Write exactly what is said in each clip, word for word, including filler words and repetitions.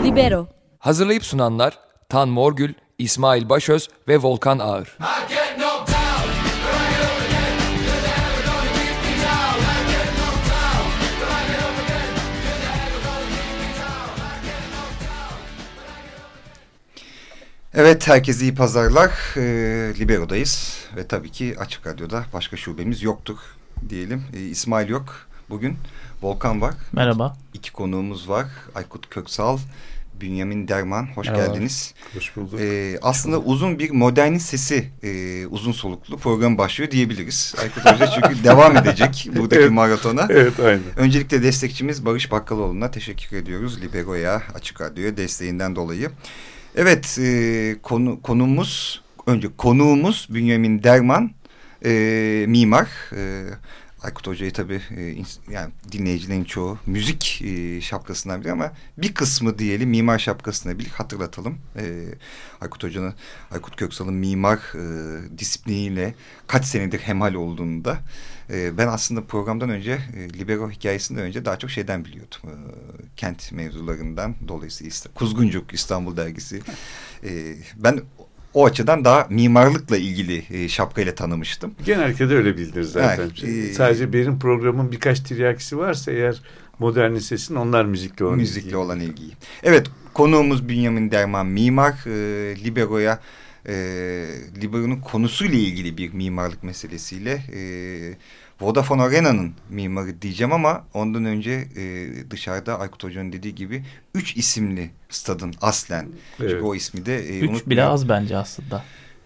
Libero. Hazırlayıp sunanlar Tan Morgül, İsmail Başöz ve Volkan Ağır. Evet, herkese iyi pazarlar. E, Libero'dayız ve tabii ki Açık Radyo'da başka şubemiz yoktur diyelim. E, İsmail yok bugün, Volkan var. Merhaba. İki konuğumuz var. Aykut Köksal, Bünyamin Derman. Hoş Merhaba. geldiniz. Hoş bulduk. E, aslında Hoş bulduk. Uzun bir modernin sesi, e, uzun soluklu program başlıyor diyebiliriz. Aykut Hoca çünkü devam edecek buradaki evet. maratona. Evet, aynen. Öncelikle destekçimiz Barış Bakkaloğlu'na teşekkür ediyoruz. Libero'ya, Açık Radyo'ya desteğinden dolayı. Evet, e, konu, konumuz, önce konuğumuz Bünyamin Derman, e, mimar. E, Aykut Hoca'yı tabii e, yani dinleyicilerin çoğu müzik e, şapkasından bilir ama bir kısmı diyelim mimar şapkasına bilir, hatırlatalım. E, Aykut Hoca'nın, Aykut Köksal'ın mimar e, disipliniyle kaç senedir hemhal olduğunu da e, ben aslında programdan önce, e, Libero hikayesinden önce daha çok şeyden biliyordum. E, kent mevzularından, dolayısıyla Kuzguncuk İstanbul dergisi. E, ben o açıdan daha mimarlıkla ilgili e, şapkayla tanımıştım. Genellikle de öyle bilinir zaten. Evet, e, Sadece benim programın birkaç tiryakisi varsa eğer modern lisesin, onlar müzikle olan Müzikle ilgiyi. olan ilgiyi. Evet, konuğumuz Bünyamin Derman mimar. E, Libero'ya e, Libero'nun konusuyla ilgili bir mimarlık meselesiyle e, Vodafone Arena'nın mimarı diyeceğim ama ondan önce e, dışarıda Aykut Hoca'nın dediği gibi üç isimli stadın aslen. Evet. Çünkü o ismi de e, Üç bile az bence aslında.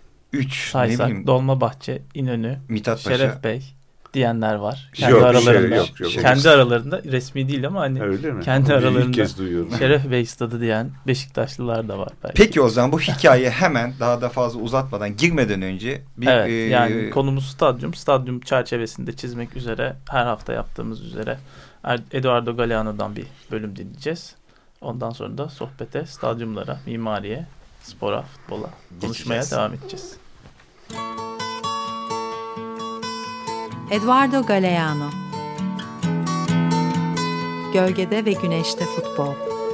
Üç. Saysak Dolmabahçe, İnönü, Mithat Şeref Paşa. Bey diyenler var. Kendi yok, aralarında. Yok, yok, kendi yok. aralarında resmi değil ama hani öyle mi? kendi Onu aralarında ilk kez duyuyorum. Şeref Bey stadı diyen Beşiktaşlılar da var belki. Peki o zaman bu hikaye hemen daha da fazla uzatmadan girmeden önce bir, evet, e, yani konumuz stadyum. Stadyum çerçevesinde çizmek üzere her hafta yaptığımız üzere Eduardo Galeano'dan bir bölüm dinleyeceğiz. Ondan sonra da sohbete, stadyumlara, mimariye, spora, futbola konuşmaya geçeceğiz. devam edeceğiz. Eduardo Galeano. Gölgede ve güneşte futbol.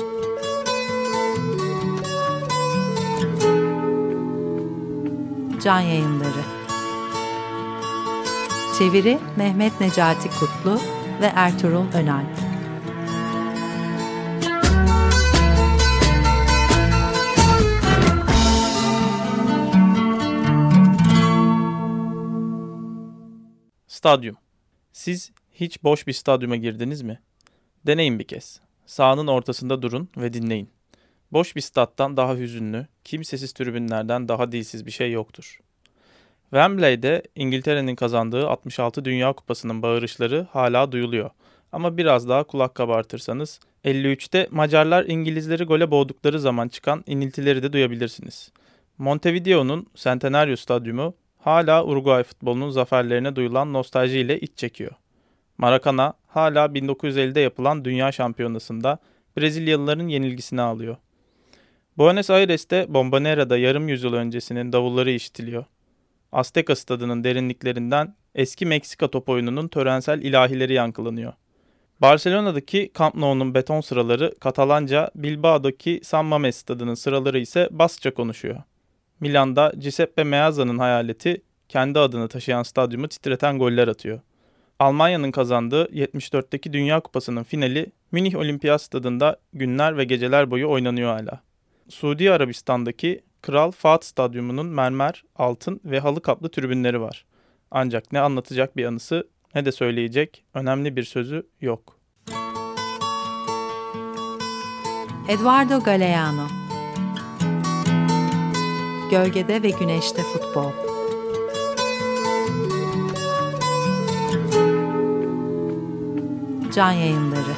Can Yayınları. Çeviri Mehmet Necati Kutlu ve Ertuğrul Önal. Stadyum. Siz hiç boş bir stadyuma girdiniz mi? Deneyin bir kez. Sahanın ortasında durun ve dinleyin. Boş bir stat'tan daha hüzünlü, kimsesiz tribünlerden daha dilsiz bir şey yoktur. Wembley'de İngiltere'nin kazandığı altmış altı Dünya Kupası'nın bağırışları hala duyuluyor. Ama biraz daha kulak kabartırsanız elli üçte Macarlar İngilizleri gole boğdukları zaman çıkan iniltileri de duyabilirsiniz. Montevideo'nun Centenario Stadyumu hala Uruguay futbolunun zaferlerine duyulan nostaljiyle iç çekiyor. Maracana hala bin dokuz yüz ellide yapılan Dünya Şampiyonası'nda Brezilyalıların yenilgisini alıyor. Buenos Aires'te Bombonera'da yarım yüzyıl öncesinin davulları işitiliyor. Azteca stadının derinliklerinden eski Meksika top oyununun törensel ilahileri yankılanıyor. Barcelona'daki Camp Nou'nun beton sıraları Katalanca, Bilbao'daki San Mamés stadının sıraları ise Baskça konuşuyor. Milan'da Giuseppe Meazza'nın hayaleti kendi adını taşıyan stadyumu titreten goller atıyor. Almanya'nın kazandığı yetmiş dörtteki Dünya Kupası'nın finali Münih Olimpiyat Stadında günler ve geceler boyu oynanıyor hala. Suudi Arabistan'daki Kral Fahd Stadyumu'nun mermer, altın ve halı kaplı tribünleri var. Ancak ne anlatacak bir anısı ne de söyleyecek önemli bir sözü yok. Eduardo Galeano. Gölgede ve güneşte futbol. Can Yayınları.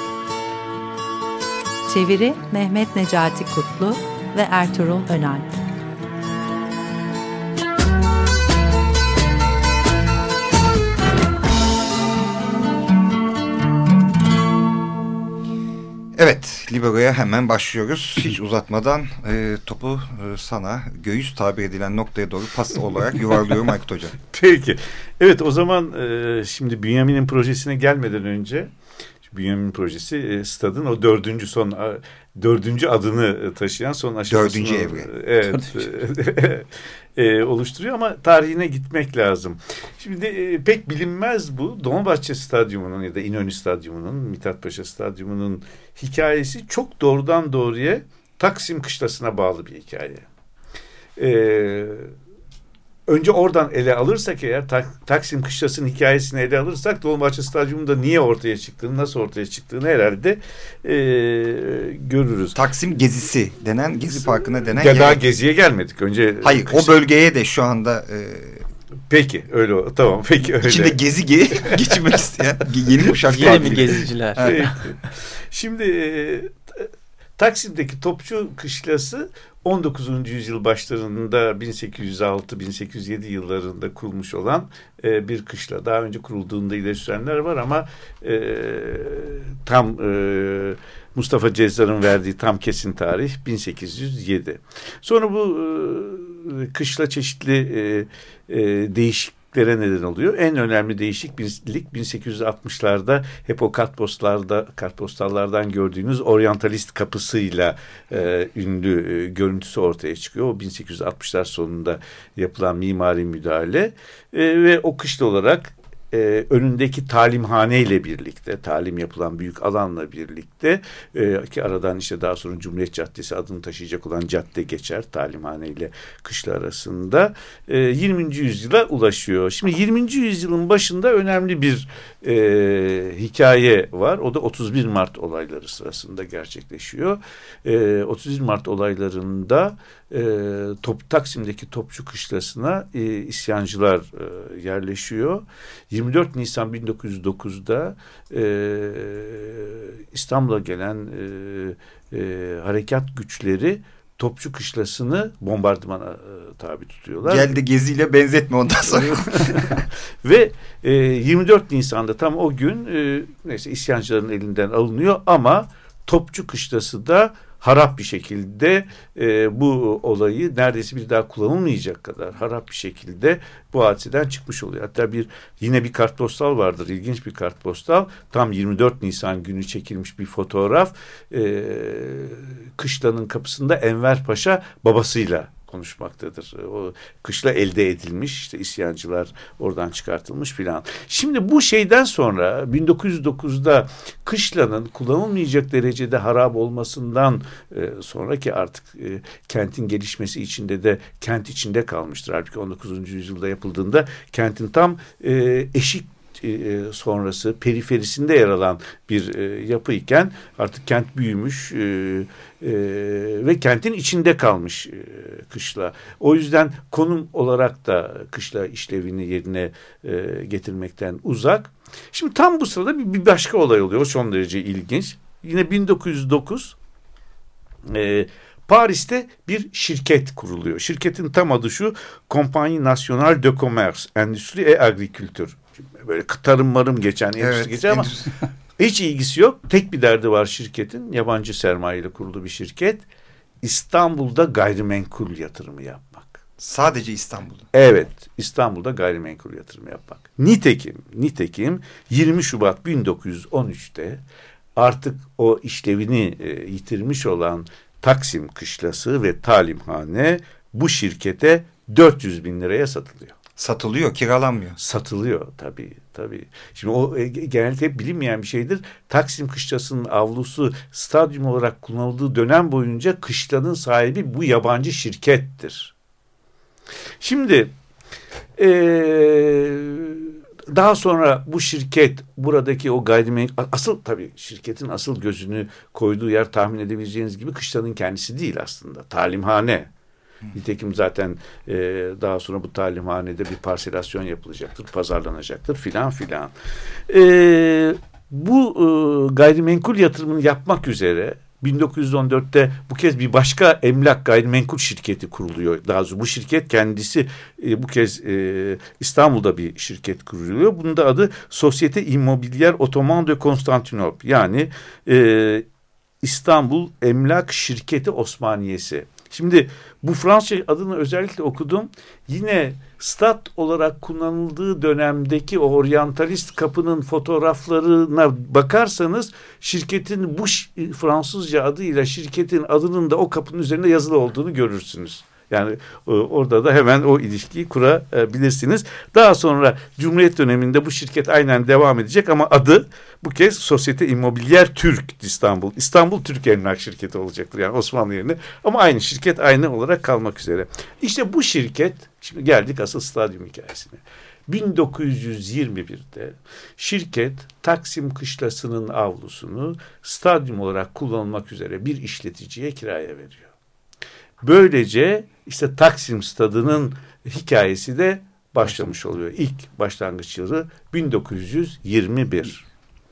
Çeviri Mehmet Necati Kutlu ve Ertuğrul Önal. Evet, Libero'ya hemen başlıyoruz. Hiç uzatmadan e, topu e, sana göğüs tabir edilen noktaya doğru pas olarak yuvarlıyorum Aykut Hoca. Peki. Evet, o zaman e, şimdi Bünyamin'in projesine gelmeden önce Bünyamin projesi e, stadın o dördüncü son dördüncü adını taşıyan son aşamasını. Dördüncü evre. Evet. e, oluşturuyor ama tarihine gitmek lazım. Şimdi e, pek bilinmez bu. Dolmabahçe Stadyumu'nun ya da İnönü Stadyumu'nun, Mithat Paşa Stadyumu'nun hikayesi çok doğrudan doğruya Taksim Kışlası'na bağlı bir hikaye. Eee Önce oradan ele alırsak eğer tak, Taksim Kışlası'nın hikayesini ele alırsak Dolmabahçe Stadyumu'nda niye ortaya çıktığını, nasıl ortaya çıktığını herhalde e, görürüz. Taksim Gezisi denen, Gezi Parkı'na denen. Ya daha Gezi'ye gelmedik. Önce Hayır, Kışla... o bölgeye de şu anda e, peki öyle o. Tamam peki öyle. İçinde gezi ge- geçirmek isteyen yeni kuşak. Yine mi geziciler? Peki. Şimdi e, Taksim'deki Topçu Kışlası on dokuzuncu yüzyıl başlarında bin sekiz yüz altı bin sekiz yüz yedi yıllarında kurulmuş olan e, bir kışla. Daha önce kurulduğunda ileri sürenler var ama e, tam e, Mustafa Cezzar'ın verdiği tam kesin tarih bin sekiz yüz yedi. Sonra bu e, kışla çeşitli e, e, değişik neden oluyor. En önemli değişiklik bin sekiz yüz altmışlarda hep o kartpostlarda, kartpostallardan gördüğünüz oryantalist kapısıyla e, ünlü e, görüntüsü ortaya çıkıyor. O bin sekiz yüz altmışlar sonunda yapılan mimari müdahale e, ve o kışla olarak e, önündeki talimhane ile birlikte, talim yapılan büyük alanla birlikte e, ki aradan işte daha sonra Cumhuriyet Caddesi adını taşıyacak olan cadde geçer talimhane ile kışla arasında e, yirminci yüzyıla ulaşıyor. Şimdi yirminci yüzyılın başında önemli bir e, hikaye var. O da otuz bir Mart olayları sırasında gerçekleşiyor. E, otuz bir Mart olaylarında e, top, Taksim'deki Topçu Kışlası'na e, isyancılar e, yerleşiyor. yirmi dört Nisan bin dokuz yüz dokuzda e, İstanbul'a gelen e, e, harekat güçleri Topçu Kışlası'nı bombardımana e, tabi tutuyorlar. Geldi geziyle benzetme ondan sonra. Ve e, yirmi dört Nisan'da tam o gün e, neyse isyancıların elinden alınıyor ama Topçu Kışlası da harap bir şekilde e, bu olayı neredeyse bir daha kullanılmayacak kadar harap bir şekilde bu hadiseden çıkmış oluyor. Hatta bir yine bir kartpostal vardır. İlginç bir kartpostal. Tam yirmi dört Nisan günü çekilmiş bir fotoğraf. E, kışlanın kapısında Enver Paşa babasıyla konuşmaktadır. O kışla elde edilmiş, işte isyancılar oradan çıkartılmış filan. Şimdi bu şeyden sonra bin dokuz yüz dokuzda kışlanın kullanılmayacak derecede harap olmasından e, sonraki artık e, kentin gelişmesi içinde de kent içinde kalmıştır. Halbuki on dokuzuncu yüzyılda yapıldığında kentin tam e, eşik sonrası periferisinde yer alan bir e, yapı iken artık kent büyümüş e, e, ve kentin içinde kalmış e, kışla. O yüzden konum olarak da kışla işlevini yerine e, getirmekten uzak. Şimdi tam bu sırada bir, bir başka olay oluyor. O son derece ilginç. Yine bin dokuz yüz dokuz e, Paris'te bir şirket kuruluyor. Şirketin tam adı şu: Compagnie Nationale de Commerce, Endüstri et Agriculture. Böyle tarım marım geçen, endüstri evet, geçen ama hiç ilgisi yok. Tek bir derdi var şirketin. Yabancı sermayeyle kurulu bir şirket. İstanbul'da gayrimenkul yatırımı yapmak. Sadece İstanbul'da. Evet, İstanbul'da gayrimenkul yatırımı yapmak. Nitekim, nitekim yirmi Şubat bin dokuz yüz on üçte artık o işlevini e, yitirmiş olan Taksim Kışlası ve talimhane bu şirkete dört yüz bin liraya satılıyor. Satılıyor, kiralanmıyor. Satılıyor tabii, tabii. Şimdi o e, genelde hep bilinmeyen bir şeydir. Taksim Kışlası'nın avlusu stadyum olarak kullanıldığı dönem boyunca kışlanın sahibi bu yabancı şirkettir. Şimdi e, daha sonra bu şirket buradaki o gayrimenkul, asıl tabii şirketin asıl gözünü koyduğu yer tahmin edebileceğiniz gibi kışlanın kendisi değil aslında. Talimhane. Nitekim zaten e, daha sonra bu talimhanede bir parselasyon yapılacaktır, pazarlanacaktır filan filan. E, bu e, gayrimenkul yatırımını yapmak üzere bin dokuz yüz on dörtte bu kez bir başka emlak gayrimenkul şirketi kuruluyor. Daha doğrusu bu şirket kendisi e, bu kez e, İstanbul'da bir şirket kuruluyor. Bunun da adı Société Immobilière Ottoman de Constantinople. Yani e, İstanbul Emlak Şirketi Osmaniyesi. Şimdi bu Fransızca adını özellikle okudum. Yine stat olarak kullanıldığı dönemdeki o oryantalist kapının fotoğraflarına bakarsanız şirketin bu Fransızca adıyla şirketin adının da o kapının üzerinde yazılı olduğunu görürsünüz. Yani orada da hemen o ilişkiyi kurabilirsiniz. Daha sonra Cumhuriyet döneminde bu şirket aynen devam edecek ama adı bu kez Societe Immobilière Türk İstanbul. İstanbul Türk Emlak Şirketi olacaktır yani Osmanlı yerine. Ama aynı şirket aynı olarak kalmak üzere. İşte bu şirket, şimdi geldik asıl stadyum hikayesine. bin dokuz yüz yirmi birde şirket Taksim Kışlası'nın avlusunu stadyum olarak kullanılmak üzere bir işleticiye kiraya veriyor. Böylece işte Taksim Stadı'nın hikayesi de başlamış oluyor. İlk başlangıç yılı bin dokuz yüz yirmi bir.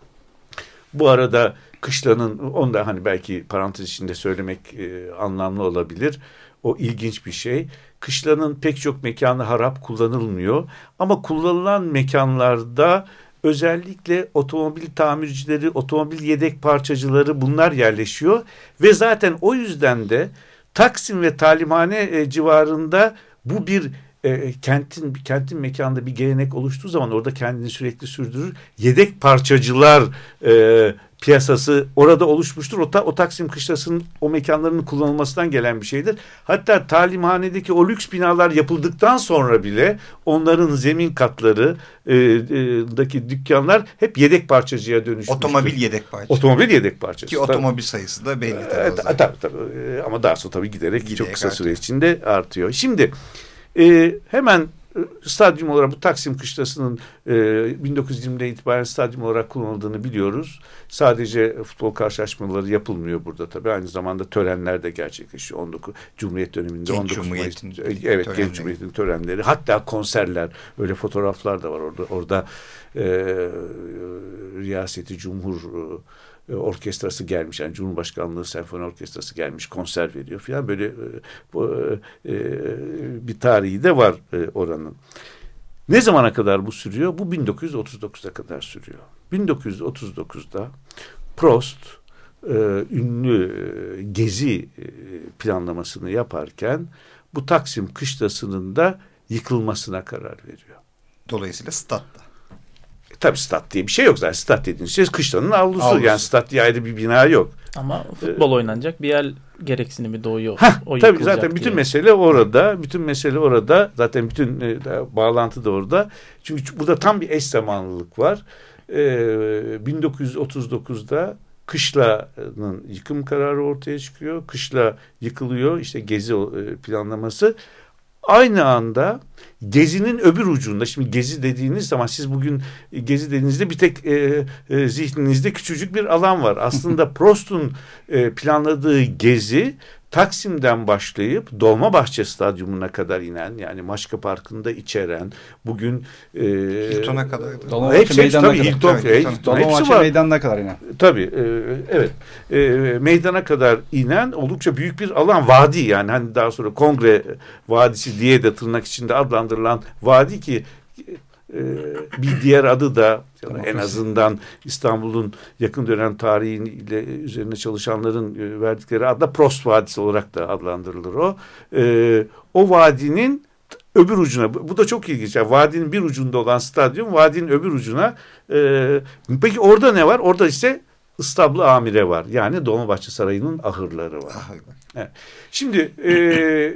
Bu arada Kışla'nın, onu da hani belki parantez içinde söylemek e, anlamlı olabilir. O ilginç bir şey. Kışla'nın pek çok mekanı harap kullanılmıyor. Ama kullanılan mekanlarda özellikle otomobil tamircileri, otomobil yedek parçacıları bunlar yerleşiyor. Ve zaten o yüzden de Taksim ve Talimhane e, civarında bu bir e, kentin kentin mekanında bir gelenek oluştuğu zaman orada kendini sürekli sürdürür. Yedek parçacılar e, piyasası orada oluşmuştur. O, ta, o Taksim Kışlası'nın o mekanlarının kullanılmasından gelen bir şeydir. Hatta Talimhane'deki o lüks binalar yapıldıktan sonra bile onların zemin katları e, e, daki dükkanlar hep yedek parçacıya dönüşmüştür. Otomobil yedek parçacı. Otomobil yedek parçacısı. Ki otomobil sayısı da belli tabii. E, tabii, tabii. Ama daha sonra tabii giderek, giderek çok kısa artıyor. süre içinde artıyor. Şimdi e, hemen stadyum olarak bu Taksim Kışlası'nın e, bin dokuz yüz yirmide itibaren stadyum olarak kullanıldığını biliyoruz. Sadece futbol karşılaşmaları yapılmıyor burada tabii. Aynı zamanda törenler de gerçekleşiyor. on dokuz Cumhuriyet döneminde Genç on dokuz Cumhuriyet'in Mayıs, evet, törenleri. Genç Cumhuriyet'in törenleri. Hatta konserler, öyle fotoğraflar da var orada. Orada e, Riyaseti Cumhur e, orkestrası gelmiş, yani Cumhurbaşkanlığı Senfoni Orkestrası gelmiş, konser veriyor falan, böyle e, e, bir tarihi de var e, oranın. Ne zamana kadar bu sürüyor? Bu bin dokuz yüz otuz dokuza kadar sürüyor. bin dokuz yüz otuz dokuzda Prost e, ünlü e, gezi e, planlamasını yaparken bu Taksim Kışlası'nın da yıkılmasına karar veriyor. Dolayısıyla statta. Tabii stat diye bir şey yok zaten. Stat dediğiniz şey kışlanın avlusu. Avlusu. Yani stat diye ayrı bir bina yok. Ama futbol ee, oynanacak bir yer gereksinimi doğuyor. Heh, o tabii zaten bütün diye. mesele orada. Bütün mesele orada. Zaten bütün e, bağlantı da orada. Çünkü burada tam bir eş zamanlılık var. E, bin dokuz yüz otuz dokuzda Kışla'nın yıkım kararı ortaya çıkıyor. Kışla yıkılıyor. İşte gezi e, planlaması. Aynı anda Gezi'nin öbür ucunda, şimdi Gezi dediğiniz zaman siz bugün Gezi dediğinizde bir tek e, e, zihninizde küçücük bir alan var. Aslında Prost'un e, planladığı Gezi Taksim'den başlayıp Dolmabahçe Stadyumu'na kadar inen, yani Maçka Parkı'nda içeren, bugün e, Hilton'a kadar. Dolmabahçe hepsi, Meydanı'na tabii, kadar. Hilton, Tabii, Hilton, Hilton. hepsi Dolmabahçe var. Meydanı'na kadar inen. Tabii e, evet e, meydana kadar inen oldukça büyük bir alan, vadi, yani hani daha sonra Kongre Vadisi diye de tırnak içinde adlandırılan vadi ki e, bir diğer adı da en azından İstanbul'un yakın dönem tarihiyle üzerine çalışanların verdikleri adla Prost Vadisi olarak da adlandırılır o. E, o vadinin öbür ucuna, bu da çok ilginç. Yani vadinin bir ucunda olan stadyum vadinin öbür ucuna. E, peki orada ne var? Orada ise İstablı Amire var. Yani Dolmabahçe Sarayı'nın ahırları var. Evet. Şimdi e,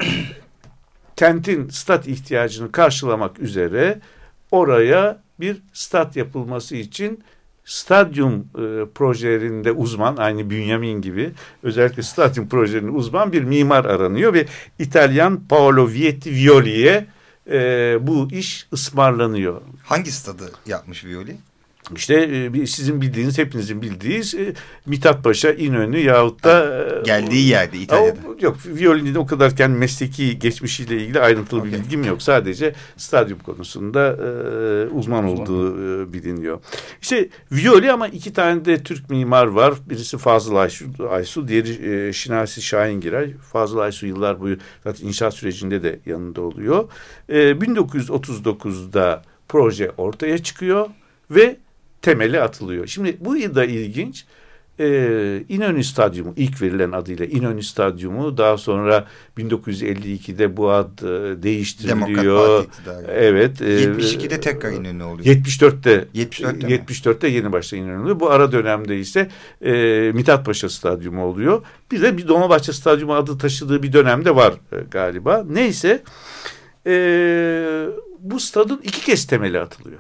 kentin stat ihtiyacını karşılamak üzere oraya bir stat yapılması için stadyum e, projelerinde uzman, aynı Bünyamin gibi özellikle stadyum projelerinde uzman bir mimar aranıyor ve İtalyan Paolo Vietti Violi'ye e, bu iş ısmarlanıyor. Hangi stadı yapmış Violi? İşte e, sizin bildiğiniz, hepinizin bildiğiniz e, Mithat Paşa, İnönü yahut da e, geldiği yerde İtalya'da. O, yok, Violi'nin o kadar kendi mesleki geçmişiyle ilgili ayrıntılı okay. bir bilgim yok. Sadece stadyum konusunda e, uzman olduğu e, biliniyor. İşte Violi, ama iki tane de Türk mimar var. Birisi Fazıl Aysu, Aysu diğeri e, Şinasi Şahingiray. Fazıl Aysu yıllar boyu zaten inşaat sürecinde de yanında oluyor. E, bin dokuz yüz otuz dokuzda proje ortaya çıkıyor ve temeli atılıyor. Şimdi bu da ilginç. Ee, İnönü Stadyumu, ilk verilen adıyla İnönü Stadyumu, daha sonra bin dokuz yüz elli ikide bu ad e, değiştiriliyor. Evet. E, yetmiş ikide tekrar İnönü oluyor. yetmiş dörtte yetmiş dörtte, yetmiş dörtte yeni başta İnönü oluyor. Bu ara dönemde ise e, Mithat Paşa Stadyumu oluyor. Bir de bir Dolmabahçe Stadyumu adı taşıdığı bir dönemde var e, galiba. Neyse e, bu stadın iki kez temeli atılıyor.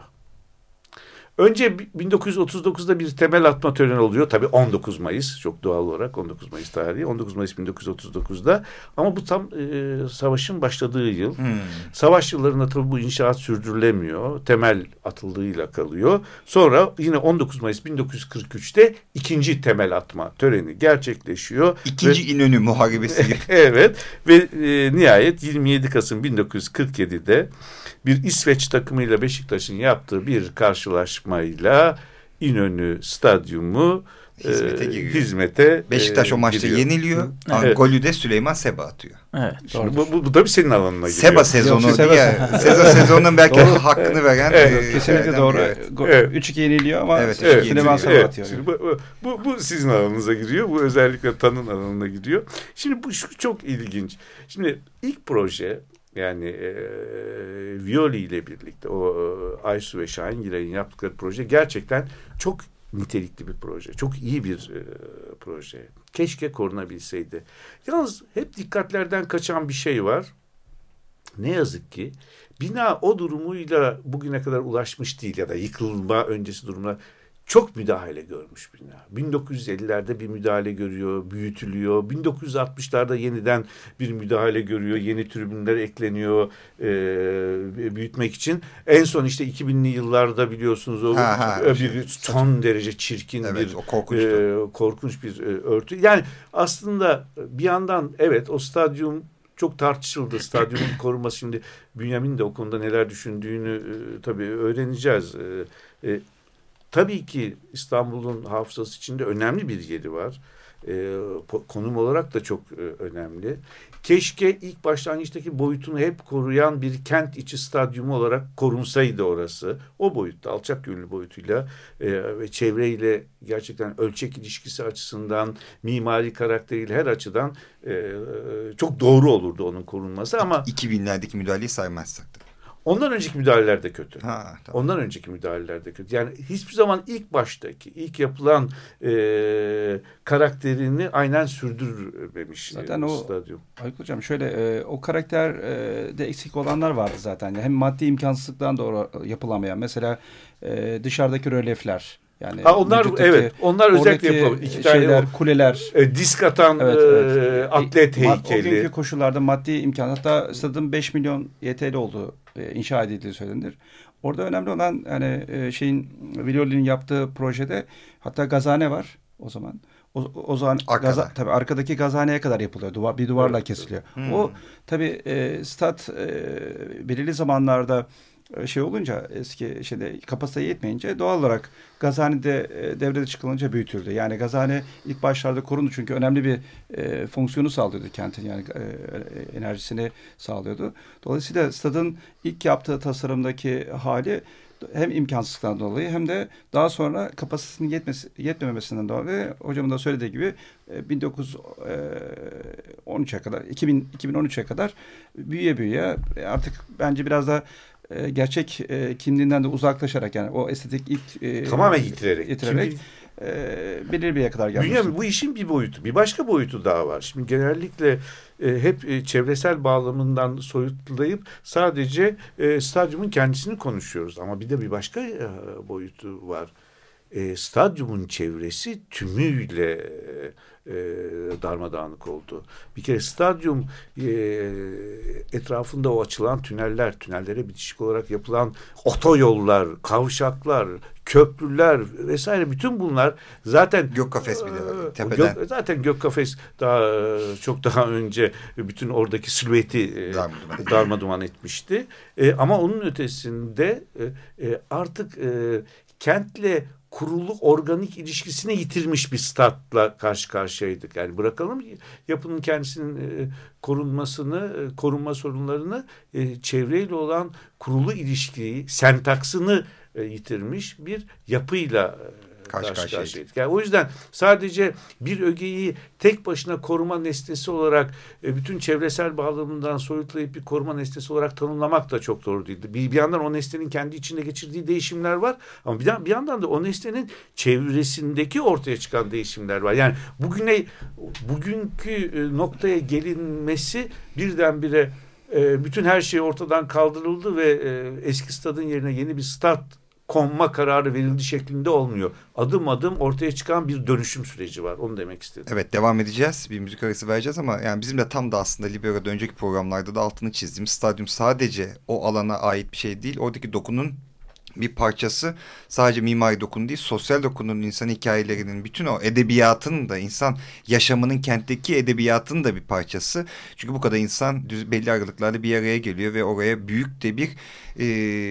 Önce bin dokuz yüz otuz dokuzda bir temel atma töreni oluyor. Tabii on dokuz Mayıs, çok doğal olarak on dokuz Mayıs tarihi. on dokuz Mayıs bin dokuz yüz otuz dokuzda. Ama bu tam e, savaşın başladığı yıl. Hmm. Savaş yıllarında tabii bu inşaat sürdürülemiyor. Temel atıldığıyla kalıyor. Sonra yine on dokuz Mayıs bin dokuz yüz kırk üçte ikinci temel atma töreni gerçekleşiyor. İkinci ve, İnönü muharebesi. Evet ve e, nihayet yirmi yedi Kasım bin dokuz yüz kırk yedide bir İsveç takımıyla Beşiktaş'ın yaptığı bir karşılaşmayla İnönü Stadyumu hizmete, e, hizmete Beşiktaş e, o maçta giriyor. yeniliyor. Evet. Golü de Süleyman Seba atıyor. Evet, bu, bu, bu tabii senin alanına giriyor. Seba sezonu Yok, Seba diye. Seba sezonunun belki hakkını veren. Evet, e, kesinlikle doğru. Evet. Evet. üç iki yeniliyor ama evet, evet, Süleyman Seba evet. atıyor. Şimdi bu, bu, bu sizin alanınıza giriyor. Bu özellikle Tan'ın alanına giriyor. Şimdi bu şu çok ilginç. Şimdi ilk proje, yani e, Violi ile birlikte o e, Aysu ve Şahin Giray'ın yaptıkları proje gerçekten çok nitelikli bir proje. Çok iyi bir e, proje. Keşke korunabilseydi. Yalnız hep dikkatlerden kaçan bir şey var. Ne yazık ki bina o durumuyla bugüne kadar ulaşmış değil ya da yıkılma öncesi durumlar. Çok müdahale görmüş bina. bin dokuz yüz ellilerde bir müdahale görüyor, büyütülüyor. bin dokuz yüz altmışlarda yeniden bir müdahale görüyor. Yeni tribünler ekleniyor e, büyütmek için. En son işte iki binli yıllarda biliyorsunuz o ha, ha, bir şey. Son derece çirkin evet, bir o e, korkunç bir e, örtü. Yani aslında bir yandan evet o stadyum çok tartışıldı. Stadyumun korunması, şimdi Bünyamin de o konuda neler düşündüğünü e, tabii öğreneceğiz. E, e, Tabii ki İstanbul'un hafızası içinde önemli bir yeri var. Ee, konum olarak da çok e, önemli. Keşke ilk başlangıçtaki boyutunu hep koruyan bir kent içi stadyumu olarak korunsaydı orası. O boyutta, alçak gönüllü boyutuyla e, ve çevreyle gerçekten ölçek ilişkisi açısından, mimari karakteriyle her açıdan e, çok doğru olurdu onun korunması ama... iki binlerdeki müdahaleyi saymazsak da. Ondan önceki müdahaleler de kötü. Ha, tamam. Ondan önceki müdahaleler de kötü. Yani hiçbir zaman ilk baştaki, ilk yapılan e, karakterini aynen sürdürmemiş zaten e, o, stadyum. Aykut Hocam şöyle e, o karakter e, de eksik olanlar vardı zaten. Hem maddi imkansızlıktan doğru yapılamayan. Mesela e, dışarıdaki rölyefler. Yani ha, onlar evet, onlar özellikle yapılıyor. İki tane şeyler, o, kuleler, e, disk atan evet, evet. E, atlet e, heykeli. O günkü koşullarda maddi imkan, hatta stadın beş milyon Y T L olduğu e, inşa edildiği söylenir. Orada önemli olan hani e, şeyin Violi'nin yaptığı projede hatta gazhane var o zaman. O, o zaman gaza, tabii arkadaki gazhaneye kadar yapılıyor. Duvar, bir duvarla evet, kesiliyor. Hmm. O tabii e, stat e, belirli zamanlarda şey olunca, eski şeyde kapasite yetmeyince doğal olarak gazhanede e, devrede çıkılınca büyütüldü. Yani gazhane ilk başlarda korundu çünkü önemli bir e, fonksiyonu sağlıyordu kentin, yani e, enerjisini sağlıyordu. Dolayısıyla stadın ilk yaptığı tasarımdaki hali hem imkansızlıktan dolayı hem de daha sonra kapasitesinin yetmesi, yetmemesinden dolayı hocamın da söylediği gibi bin dokuz yüz on üçe kadar iki bin, iki bin on üçe kadar büyüye büyüye artık bence biraz da e, gerçek e, kimliğinden de uzaklaşarak, yani o estetik ilk e, tamamen yitirerek, yitirerek e, belirli bir yere kadar gelmiş. Bünyamin, bu işin bir boyutu, bir başka boyutu daha var. Şimdi genellikle e, hep e, çevresel bağlamından soyutlayıp sadece e, stadyumun kendisini konuşuyoruz. Ama bir de bir başka e, boyutu var. E, stadyumun çevresi tümüyle e, e, darmadağınık oldu. Bir kere stadyum e, etrafında o açılan tüneller, tünellere bitişik olarak yapılan otoyollar, kavşaklar, köprüler vesaire, bütün bunlar zaten Gökkafes bir de tepeden. Gök, zaten Gökkafes daha çok daha önce bütün oradaki silüeti darma, darma duman etmişti. E, ama onun ötesinde e, e, artık e, kentle kurulu organik ilişkisini yitirmiş bir statla karşı karşıyaydık. Yani bırakalım yapının kendisinin e, korunmasını, e, korunma sorunlarını, e, çevreyle olan kurulu ilişkiyi, sentaksını e, yitirmiş bir yapıyla karşı karşıyaydık. Yani o yüzden sadece bir ögeyi tek başına koruma nesnesi olarak e, bütün çevresel bağlamından soyutlayıp bir koruma nesnesi olarak tanımlamak da çok doğru değildi. Bir, bir yandan o nesnenin kendi içinde geçirdiği değişimler var ama bir, bir yandan da o nesnenin çevresindeki ortaya çıkan değişimler var. Yani bugüne bugünkü noktaya gelinmesi birdenbire e, bütün her şey ortadan kaldırıldı ve e, eski stadın yerine yeni bir stat konma kararı verildi şeklinde olmuyor. Adım adım ortaya çıkan bir dönüşüm süreci var. Onu demek istedim. Evet, devam edeceğiz. Bir müzik arası vereceğiz ama yani bizim de tam da aslında Libero'da önceki programlarda da altını çizdiğimiz stadyum sadece o alana ait bir şey değil. Oradaki dokunun bir parçası, sadece mimari dokun değil, sosyal dokunun, insan hikayelerinin, bütün o edebiyatın da, insan yaşamının, kentteki edebiyatın da bir parçası. Çünkü bu kadar insan düz, belli aralıklarla bir araya geliyor ve oraya büyük de bir e,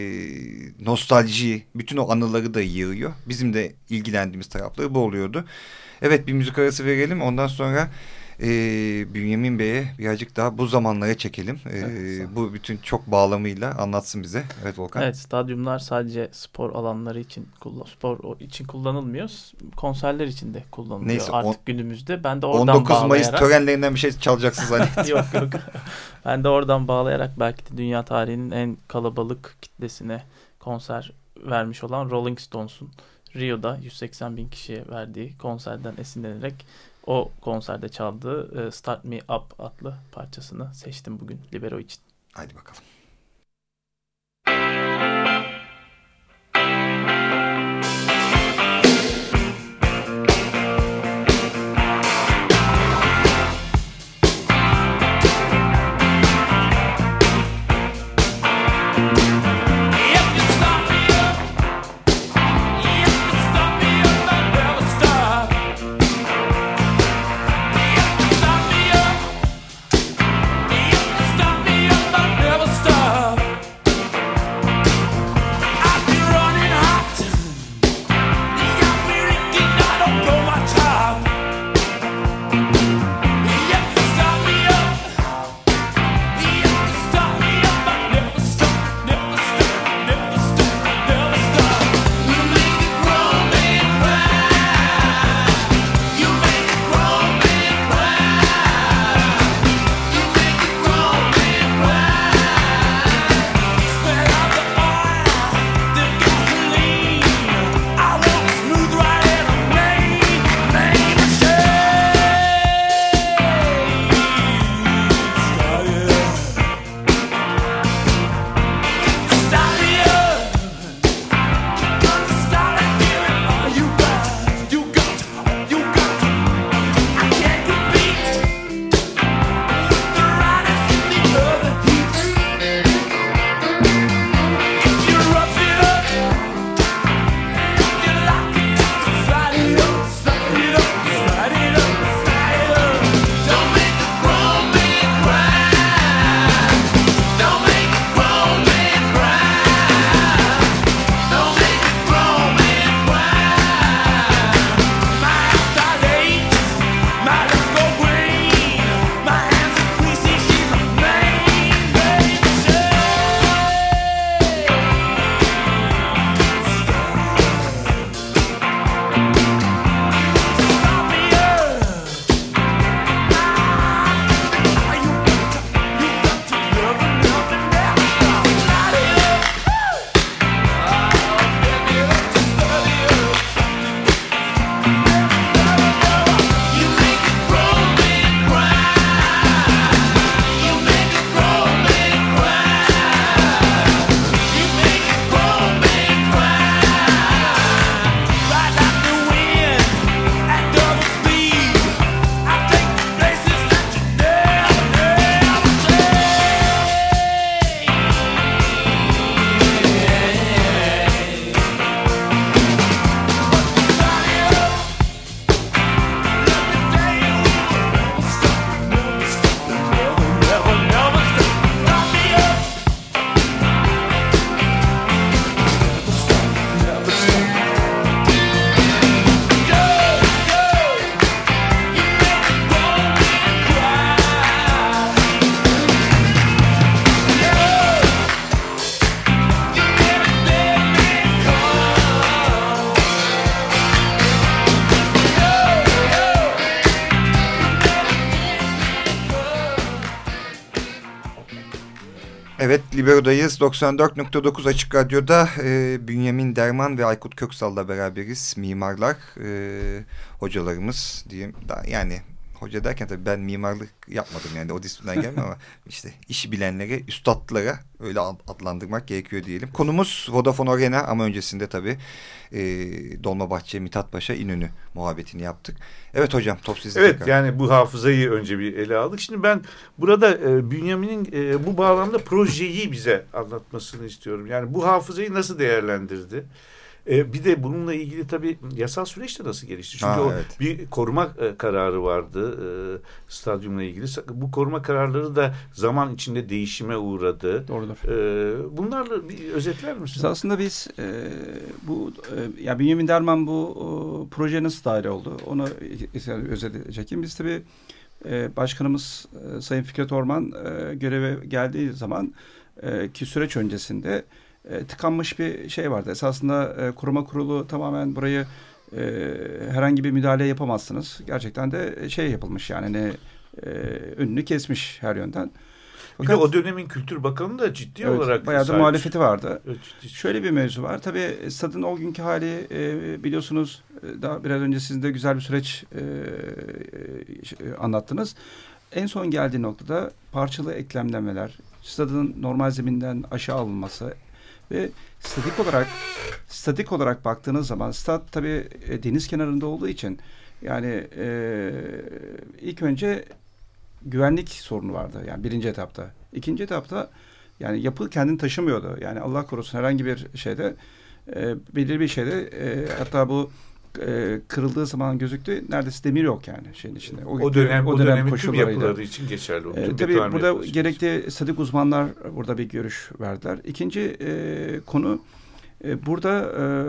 nostalji, bütün o anıları da yığıyor. Bizim de ilgilendiğimiz tarafları bu oluyordu. Evet, bir müzik arası verelim. Ondan sonra e, Bünyamin Bey'e birazcık daha bu zamanlara çekelim. E, evet, bu bütün çok bağlamıyla anlatsın bize. Evet Volkan. Evet, stadyumlar sadece spor alanları için spor için kullanılmıyor. Konserler için de kullanılıyor. Neyse, artık on, günümüzde. Ben de oradan on dokuz bağlayarak... Mayıs törenlerinden bir şey çalacaksın zannettim. Yok yok. Ben de oradan bağlayarak belki de dünya tarihinin en kalabalık kitlesine konser vermiş olan Rolling Stones'un Rio'da yüz seksen bin kişiye verdiği konserden esinlenerek o konserde çaldığı Start Me Up adlı parçasını seçtim bugün Libero için. Haydi bakalım. Never stop. Evet, Libero'dayız. doksan dört nokta dokuz Açık Radyo'da e, Bünyamin Derman ve Aykut Köksal'la beraberiz. Mimarlar, e, hocalarımız diyeyim. Da, yani hoca derken tabii ben mimarlık yapmadım, yani o disiplinden gelmiyor ama işte işi bilenlere, üstadlara öyle adlandırmak gerekiyor diyelim. Konumuz Vodafone Arena ama öncesinde tabii e, Dolmabahçe, Mithat Paşa, İnönü muhabbetini yaptık. Evet hocam, top sizde. Evet tekrar. Yani bu hafızayı önce bir ele aldık. Şimdi ben burada e, Bünyamin'in e, bu bağlamda projeyi bize anlatmasını istiyorum. Yani bu hafızayı nasıl değerlendirdi? E, bir de bununla ilgili tabii yasal süreç de nasıl gelişti? Çünkü Ha, o evet. bir koruma e, kararı vardı e, stadyumla ilgili. Bu koruma kararları da zaman içinde değişime uğradı. Doğrudur. E, bunlarla bir özetler misiniz? Aslında biz e, bu e, ya Bünyamin Derman bu e, projeye nasıl dahil oldu? Onu özetleyeceğim. Biz tabii e, başkanımız e, Sayın Fikret Orman e, göreve geldiği zaman e, ki süreç öncesinde E, tıkanmış bir şey vardı. Esasında e, koruma kurulu tamamen burayı e, herhangi bir müdahale yapamazsınız. Gerçekten de şey yapılmış yani ne e, önünü kesmiş her yönden. Fakat, bir de o dönemin Kültür Bakanı da ciddi evet, olarak bayağı da muhalefeti vardı. Evet, şöyle bir mevzu var. Tabii stadın o günkü hali e, biliyorsunuz daha biraz önce sizin de güzel bir süreç e, e, anlattınız. En son geldiği noktada parçalı eklemlemeler, stadın normal zeminden aşağı alınması ve statik olarak statik olarak baktığınız zaman stat tabii e, deniz kenarında olduğu için yani e, ilk önce güvenlik sorunu vardı yani birinci etapta. İkinci etapta yani yapı kendini taşımıyordu. Yani Allah korusun herhangi bir şeyde e, belirli bir şeyde e, hatta bu e, kırıldığı zaman gözüktü. Neredeyse demir yok yani şeyin içinde. O, o dönem o, dönem dönemin tüm yapıları için geçerli. E, tabii burada gerekli statik uzmanlar burada bir görüş verdiler. İkinci e, konu e, burada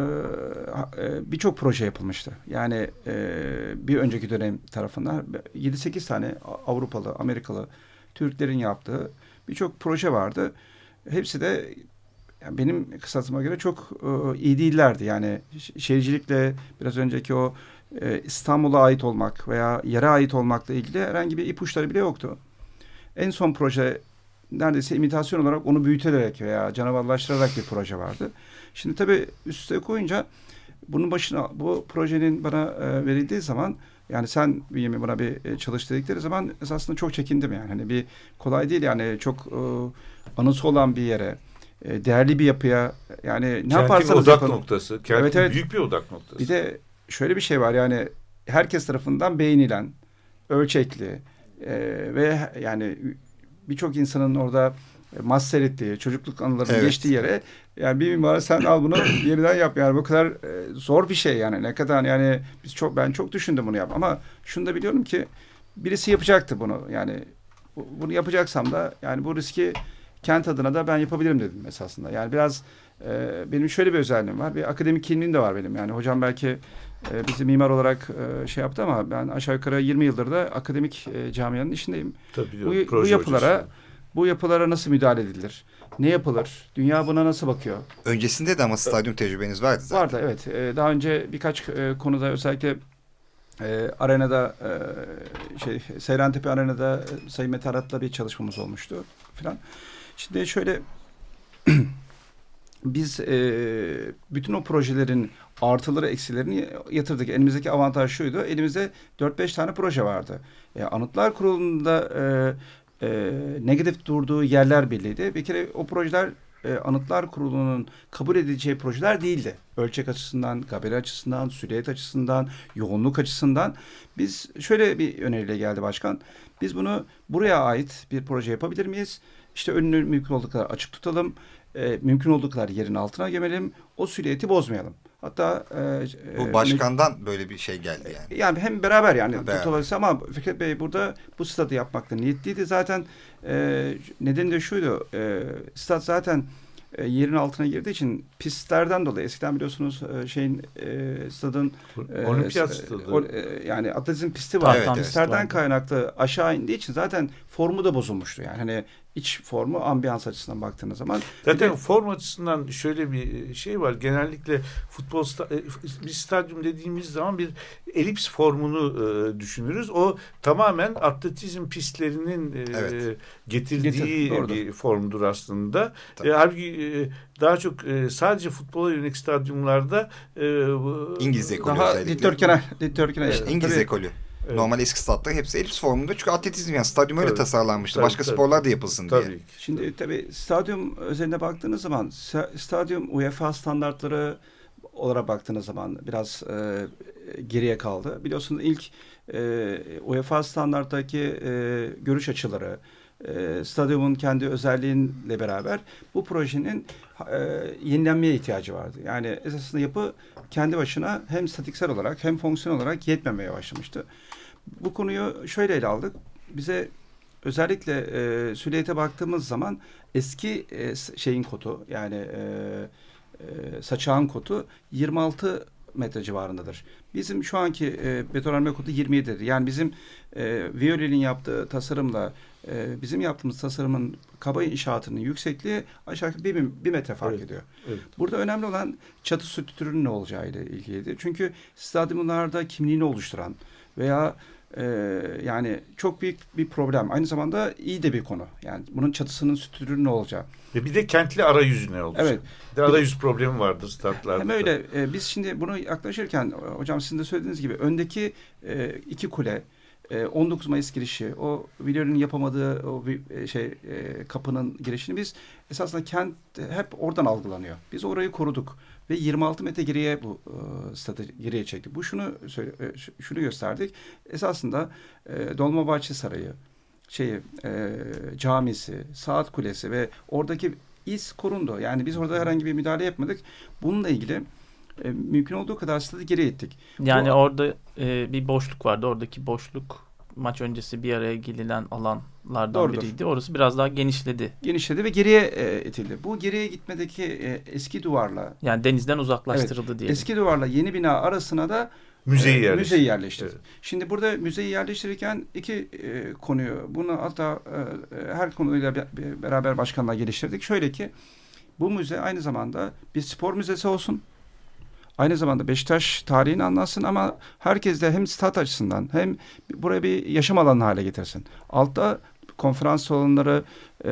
e, e, birçok proje yapılmıştı. Yani e, bir önceki dönem tarafından yedi sekiz tane Avrupalı, Amerikalı, Türklerin yaptığı birçok proje vardı. Hepsi de yani benim kısaltıma göre çok e, iyi değillerdi. Yani şehircilikle biraz önceki o e, İstanbul'a ait olmak veya yere ait olmakla ilgili herhangi bir ipuçları bile yoktu. En son proje neredeyse imitasyon olarak onu büyüterek veya canavarlaştırarak bir proje vardı. Şimdi tabii üst üste koyunca bunun başına bu projenin bana e, verildiği zaman yani sen Bünyamin bana bir e, çalış dedikleri zaman esasında çok çekindim yani. Hani bir kolay değil yani çok e, anısı olan bir yere değerli bir yapıya yani ne kentin yaparsanız odak yapın. noktası. Kentin evet, evet. büyük bir odak noktası. Bir de şöyle bir şey var yani herkes tarafından beğenilen, ölçekli e, ve yani birçok insanın orada maç seyrettiği, çocukluk anılarının evet. geçtiği yere yani bir mimar sen al bunu yeniden yap yani bu kadar e, zor bir şey yani ne kadar yani biz çok ben çok düşündüm bunu yap ama şunu da biliyorum ki birisi yapacaktı bunu yani bunu yapacaksam da yani bu riski kent adına da ben yapabilirim dedim esasında. Yani biraz e, benim şöyle bir özelliğim var. Bir akademik kimliğim de var benim. Yani hocam belki e, bizi mimar olarak e, şey yaptı ama ben aşağı yukarı yirmi yıldır da akademik e, camianın içindeyim. Tabii, bu, bu yapılara hocası. bu yapılara nasıl müdahale edilir? Ne yapılır? Dünya buna nasıl bakıyor? Öncesinde de ama stadyum tecrübeniz vardı zaten. Vardı evet. E, daha önce birkaç e, konuda özellikle e, arenada e, şey Seyrantepe Arena'da e, Sayın Mete Arat'la bir çalışmamız olmuştu filan. Şimdi şöyle biz e, bütün o projelerin artıları eksilerini yatırdık. Elimizdeki avantaj şuydu. Elimizde dört beş tane proje vardı. E, Anıtlar Kurulu'nda e, e, negatif durduğu yerler belliydi. Bir kere o projeler e, Anıtlar Kurulu'nun kabul edeceği projeler değildi. Ölçek açısından, gaberi açısından, süliyet açısından, yoğunluk açısından. Biz şöyle bir öneriyle geldi başkan. Biz bunu buraya ait bir proje yapabilir miyiz? İşte önünü mümkün olduğu kadar açık tutalım. E, mümkün olduğu kadar yerin altına gömelim. O süliyeti bozmayalım. Hatta e, bu başkandan e, böyle bir şey geldi yani. Yani hem beraber yani. Beraber. Ama Fikret Bey burada bu stadı yapmakta niyetliydi. Zaten e, nedeni de şuydu. E, stat zaten e, yerin altına girdiği için pistlerden dolayı eskiden biliyorsunuz e, şeyin e, stadın e, olimpiyat stadı. O, e, yani atletizm pisti var. Evet, pistlerden evet. kaynaklı aşağı indiği için zaten formu da bozulmuştu. Yani hani iç formu, ambiyans açısından baktığınız zaman. Zaten de, form açısından şöyle bir şey var. Genellikle futbol sta- bir stadyum dediğimiz zaman bir elips formunu e, düşünürüz. O tamamen atletizm pistlerinin e, evet. getirdiği Getir, bir formdur aslında. E, halbuki e, daha çok e, sadece futbola yönelik stadyumlarda e, İngiliz ekolü daha özellikle. dikdörtgen, dikdörtgen evet. İngiliz tabii. ekolü. Evet. Normal eski statlar hepsi elips formunda. Çünkü atletizm yani stadyum öyle tabii, tasarlanmıştı. tabii, Başka tabii. sporlar da yapılsın tabii diye. Ki. Şimdi tabii stadyum özeline baktığınız zaman stadyum UEFA standartları olarak baktığınız zaman biraz e, geriye kaldı. Biliyorsunuz ilk e, UEFA standarttaki e, görüş açıları, e, stadyumun kendi özelliğiyle beraber bu projenin e, yenilenmeye ihtiyacı vardı. Yani esasında yapı kendi başına hem statiksel olarak hem fonksiyonel olarak yetmemeye başlamıştı. Bu konuyu şöyle ele aldık. Bize özellikle e, Süleyt'e baktığımız zaman eski e, şeyin kotu yani e, e, saçağın kotu yirmi altı metre civarındadır. Bizim şu anki e, betonarme kotu yirmi yedidir. Yani bizim e, Violi'nin yaptığı tasarımla e, bizim yaptığımız tasarımın kaba inşaatının yüksekliği aşağı yukarı bir, bir metre fark evet, ediyor. Evet. Burada önemli olan çatı sütürünün ne olacağı ile ilgiliydi. Çünkü stadyumlarda kimliğini oluşturan veya Ee, yani çok büyük bir problem. Aynı zamanda iyi de bir konu. Yani bunun çatısının sütürünün ne olacağı. Ve bir de kentli arayüzü ne olacak? Evet. Bir de arayüz problemi vardır statlarda. Hem öyle. E, biz şimdi bunu yaklaşırken hocam sizin de söylediğiniz gibi öndeki e, iki kule e, on dokuz Mayıs girişi o Violi'nin yapamadığı o e, şey e, kapının girişini biz esasında kent hep oradan algılanıyor. Biz orayı koruduk. Ve yirmi altı metre geriye bu e, statı geriye çekti. Bu şunu söyle, e, şunu gösterdik. Esasında e, Dolmabahçe Sarayı, şeyi, e, camisi, saat kulesi ve oradaki iz korundu. Yani biz orada herhangi bir müdahale yapmadık. Bununla ilgili e, mümkün olduğu kadar statı geriye ittik. Yani bu, orada e, bir boşluk vardı. Oradaki boşluk maç öncesi bir araya gelinen alanlardan Doğrudur. biriydi. Orası biraz daha genişledi. Genişledi ve geriye e, itildi. Bu geriye gitmedeki e, eski duvarla Yani denizden uzaklaştırıldı evet, diyelim. eski duvarla yeni bina arasına da müzeyi e, yerleştirdik. Müzeyi yerleştirdik. Evet. Şimdi burada müzeyi yerleştirirken iki e, konuyu, bunu hatta e, her konuyla be, beraber başkanla geliştirdik. Şöyle ki bu müze aynı zamanda bir spor müzesi olsun. Aynı zamanda Beşiktaş tarihini anlatsın ama herkes de hem stat açısından hem buraya bir yaşam alanı hale getirsin. Altta konferans salonları e,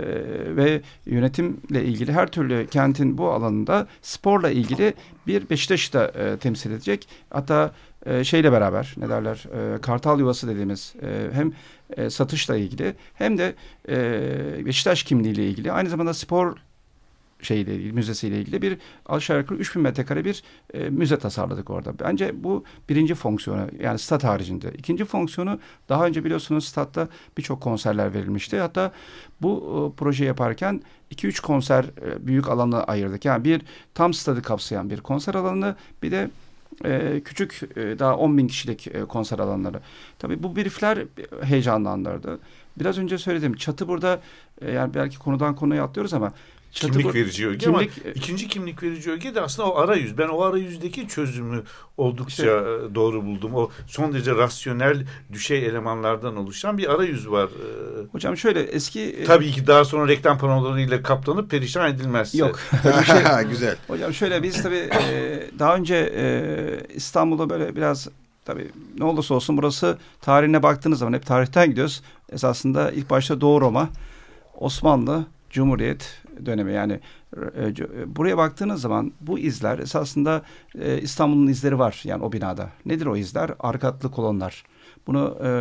ve yönetimle ilgili her türlü kentin bu alanında sporla ilgili bir Beşiktaş'ı da e, temsil edecek. Hatta e, şeyle beraber ne derler e, Kartal Yuvası dediğimiz e, hem e, satışla ilgili hem de e, Beşiktaş kimliğiyle ilgili aynı zamanda spor şeyle ilgili, müzesiyle ilgili bir aşağı yukarı üç bin metrekare bir e, müze tasarladık orada. Bence bu birinci fonksiyonu yani stat haricinde. İkinci fonksiyonu daha önce biliyorsunuz statta birçok konserler verilmişti. Hatta bu e, proje yaparken iki üç konser e, büyük alanı ayırdık. Yani bir tam stadı kapsayan bir konser alanı bir de e, küçük e, daha on bin kişilik e, konser alanları. Tabii bu briefler heyecanlandırdı. Biraz önce söyledim çatı burada e, yani belki konudan konuya atlıyoruz ama Çatı kimlik bu, verici öge kimlik, ama ikinci kimlik verici öge de aslında o arayüz. Ben o arayüzdeki çözümü oldukça işte, doğru buldum. O son derece rasyonel düşey elemanlardan oluşan bir arayüz var. Hocam şöyle eski... Tabii ki daha sonra reklam panolarıyla kaplanıp perişan edilmezse. Yok. şey, Güzel. Hocam şöyle biz tabii e, daha önce e, İstanbul'da böyle biraz tabii ne olursa olsun burası tarihine baktığınız zaman hep tarihten gidiyoruz. Esasında ilk başta Doğu Roma, Osmanlı, Cumhuriyet dönemi yani e, buraya baktığınız zaman bu izler esasında e, İstanbul'un izleri var yani o binada. Nedir o izler? Arkatlı kolonlar. Bunu e,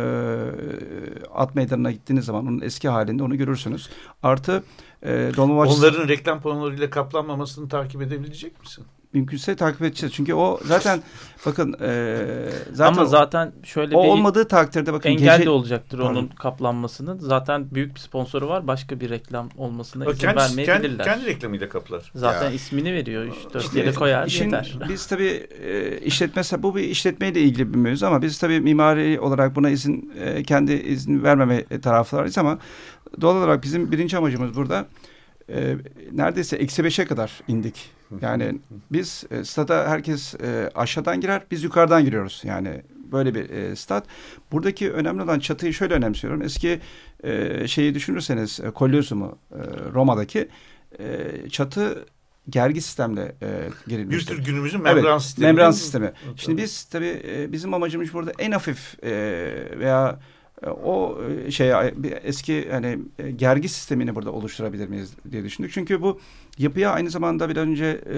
At Meydanı'na gittiğiniz zaman onun eski halinde onu görürsünüz. Artı e, Dolmabahçe... Onların reklam panolarıyla kaplanmamasını takip edebilecek misin? Mümkünse takip edeceğiz. Çünkü o zaten bakın e, zaten ama zaten şöyle o bir olmadığı takdirde bakın engel gece... de olacaktır Pardon. onun kaplanmasının. Zaten büyük bir sponsoru var. Başka bir reklam olmasına O izin kendi, vermeyebilirler. Kendi, kendi reklamıyla kaplar. Zaten Ya. ismini veriyor. üç dört İşte yere koyar işin, yeter. Biz tabii e, işletmesi bu bir işletmeyle ilgili bir mevzu ama biz tabii mimari olarak buna izin e, kendi izin vermeme taraflarıyız ama doğal olarak bizim birinci amacımız burada e, neredeyse eksi beşe kadar indik. Yani biz e, stada herkes e, aşağıdan girer, biz yukarıdan giriyoruz. Yani böyle bir e, stat. Buradaki önemli olan çatıyı şöyle önemsiyorum. Eski e, şeyi düşünürseniz e, Kolyosum'u e, Roma'daki e, çatı gergi sistemle e, gerilmiştir. Bir tür günümüzün membran evet, sistemi. Membran sistemi. Şimdi biz tabii e, bizim amacımız burada en hafif e, veya e, o e, şey eski hani e, gergi sistemini burada oluşturabilir miyiz diye düşündük. Çünkü bu yapıya aynı zamanda bir önce e,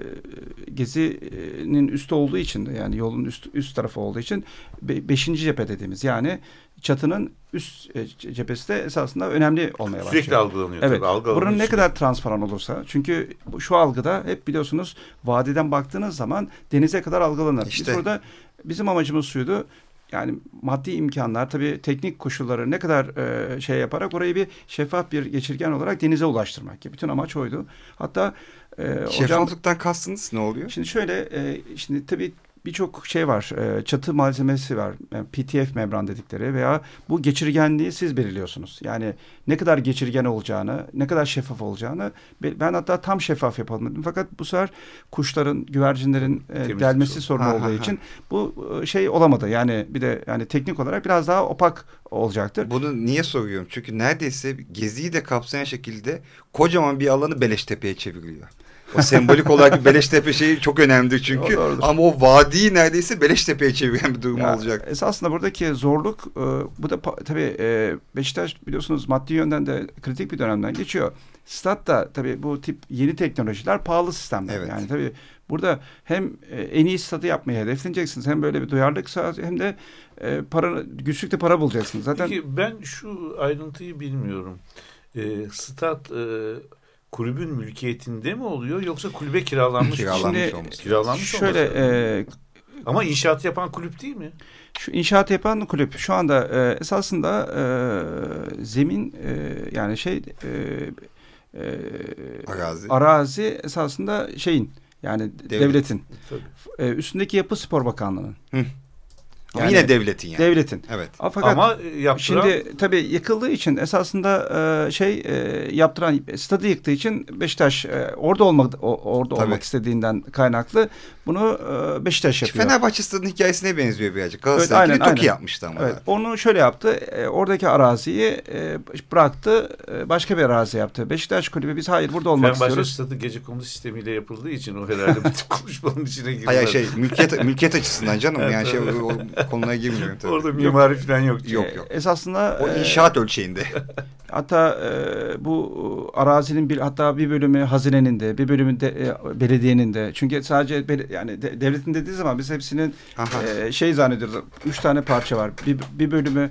Gezi'nin üstü olduğu için, yani yolun üst üst tarafı olduğu için be, beşinci cephe dediğimiz, yani çatının üst e, cephesi de esasında önemli olmaya başlıyor. Sürekli algılanıyor. Evet. Tabii, buranın ne kadar transparan olursa, çünkü bu, şu algıda hep biliyorsunuz vadiden baktığınız zaman denize kadar algılanır. İşte. Biz burada bizim amacımız şuydu. Yani maddi imkanlar, tabii teknik koşulları ne kadar e, şey yaparak orayı bir şeffaf bir geçirgen olarak denize ulaştırmak. Bütün amaç oydu. Hatta e, şeffaflıktan hocam, kastınız ne oluyor? Şimdi şöyle, e, şimdi tabii birçok şey var. E, çatı malzemesi var. Yani P T F membran dedikleri veya bu geçirgenliği siz belirliyorsunuz. Yani ne kadar geçirgen olacağını, ne kadar şeffaf olacağını ben hatta tam şeffaf yapalım dedim. Fakat bu sefer kuşların, güvercinlerin e, delmesi sorunu ha, olduğu ha, için bu şey olamadı. Yani bir de yani teknik olarak biraz daha opak olacaktır. Bunu niye soruyorum? Çünkü neredeyse Gezi'yi de kapsayan şekilde kocaman bir alanı Beleştepe'ye çevriliyor. O sembolik olarak bir Beleştepe şeyi çok önemlidir çünkü. O ama o vadiyi neredeyse Beleştepe'ye çeviren bir durum ya, olacak. Esasında buradaki zorluk e, bu da tabii e, Beşiktaş biliyorsunuz maddi yönden de kritik bir dönemden geçiyor. Stat da tabii bu tip yeni teknolojiler pahalı sistemler. Evet. Yani tabii burada hem e, en iyi stadı yapmayı hedefleneceksiniz, hem böyle bir duyarlılık sağlayacak, hem de e, para, güçlükte para bulacaksınız. Zaten peki ben şu ayrıntıyı bilmiyorum. E, stat e, kulübün mülkiyetinde mi oluyor yoksa kulübe kiralanmış mı? Kiralanmış olması. Kiralanmış şöyle e, ama inşaat yapan kulüp değil mi? Şu inşaat yapan kulüp şu anda e, esasında e, zemin e, yani şey e, e, arazi. arazi esasında şeyin, yani Devlet. devletin. E, üstündeki yapı Spor Bakanlığı'nın. Hı. Yani yine devletin yani. Devletin. Evet. Fakat ama yaptıran... şimdi tabii yıkıldığı için esasında e, şey e, yaptıran stadı yıktığı için Beşiktaş e, orada olmak o, orada tabii. olmak istediğinden kaynaklı bunu e, Beşiktaş yapıyor. Fenerbahçe stadının hikayesine benziyor birazcık. Galatasaray'ın evet, TOKİ yapmıştı ama. Evet, onu şöyle yaptı. E, oradaki araziyi e, bıraktı. E, başka bir arazi yaptı. Beşiktaş kulübü biz hayır burada olmak Fenerbahçe istiyoruz. stadı gecekondu sistemiyle yapıldığı için o herhalde bütün konuşmanın içine giriyor. Hayır şey mülkiyet mülkiyet açısından canım evet, yani şey evet. o, o konulara girmiyorum tabii. Orada mimari falan yok. Yok yok. Esasında o inşaat e, ölçeğinde. Hatta e, bu arazinin bir hatta bir bölümü hazinenin de, bir bölümü de e, belediyenin de. Çünkü sadece be, yani de, devletin dediği zaman biz hepsinin e, şey zannediyoruz. Üç tane parça var. Bir, bir bölümü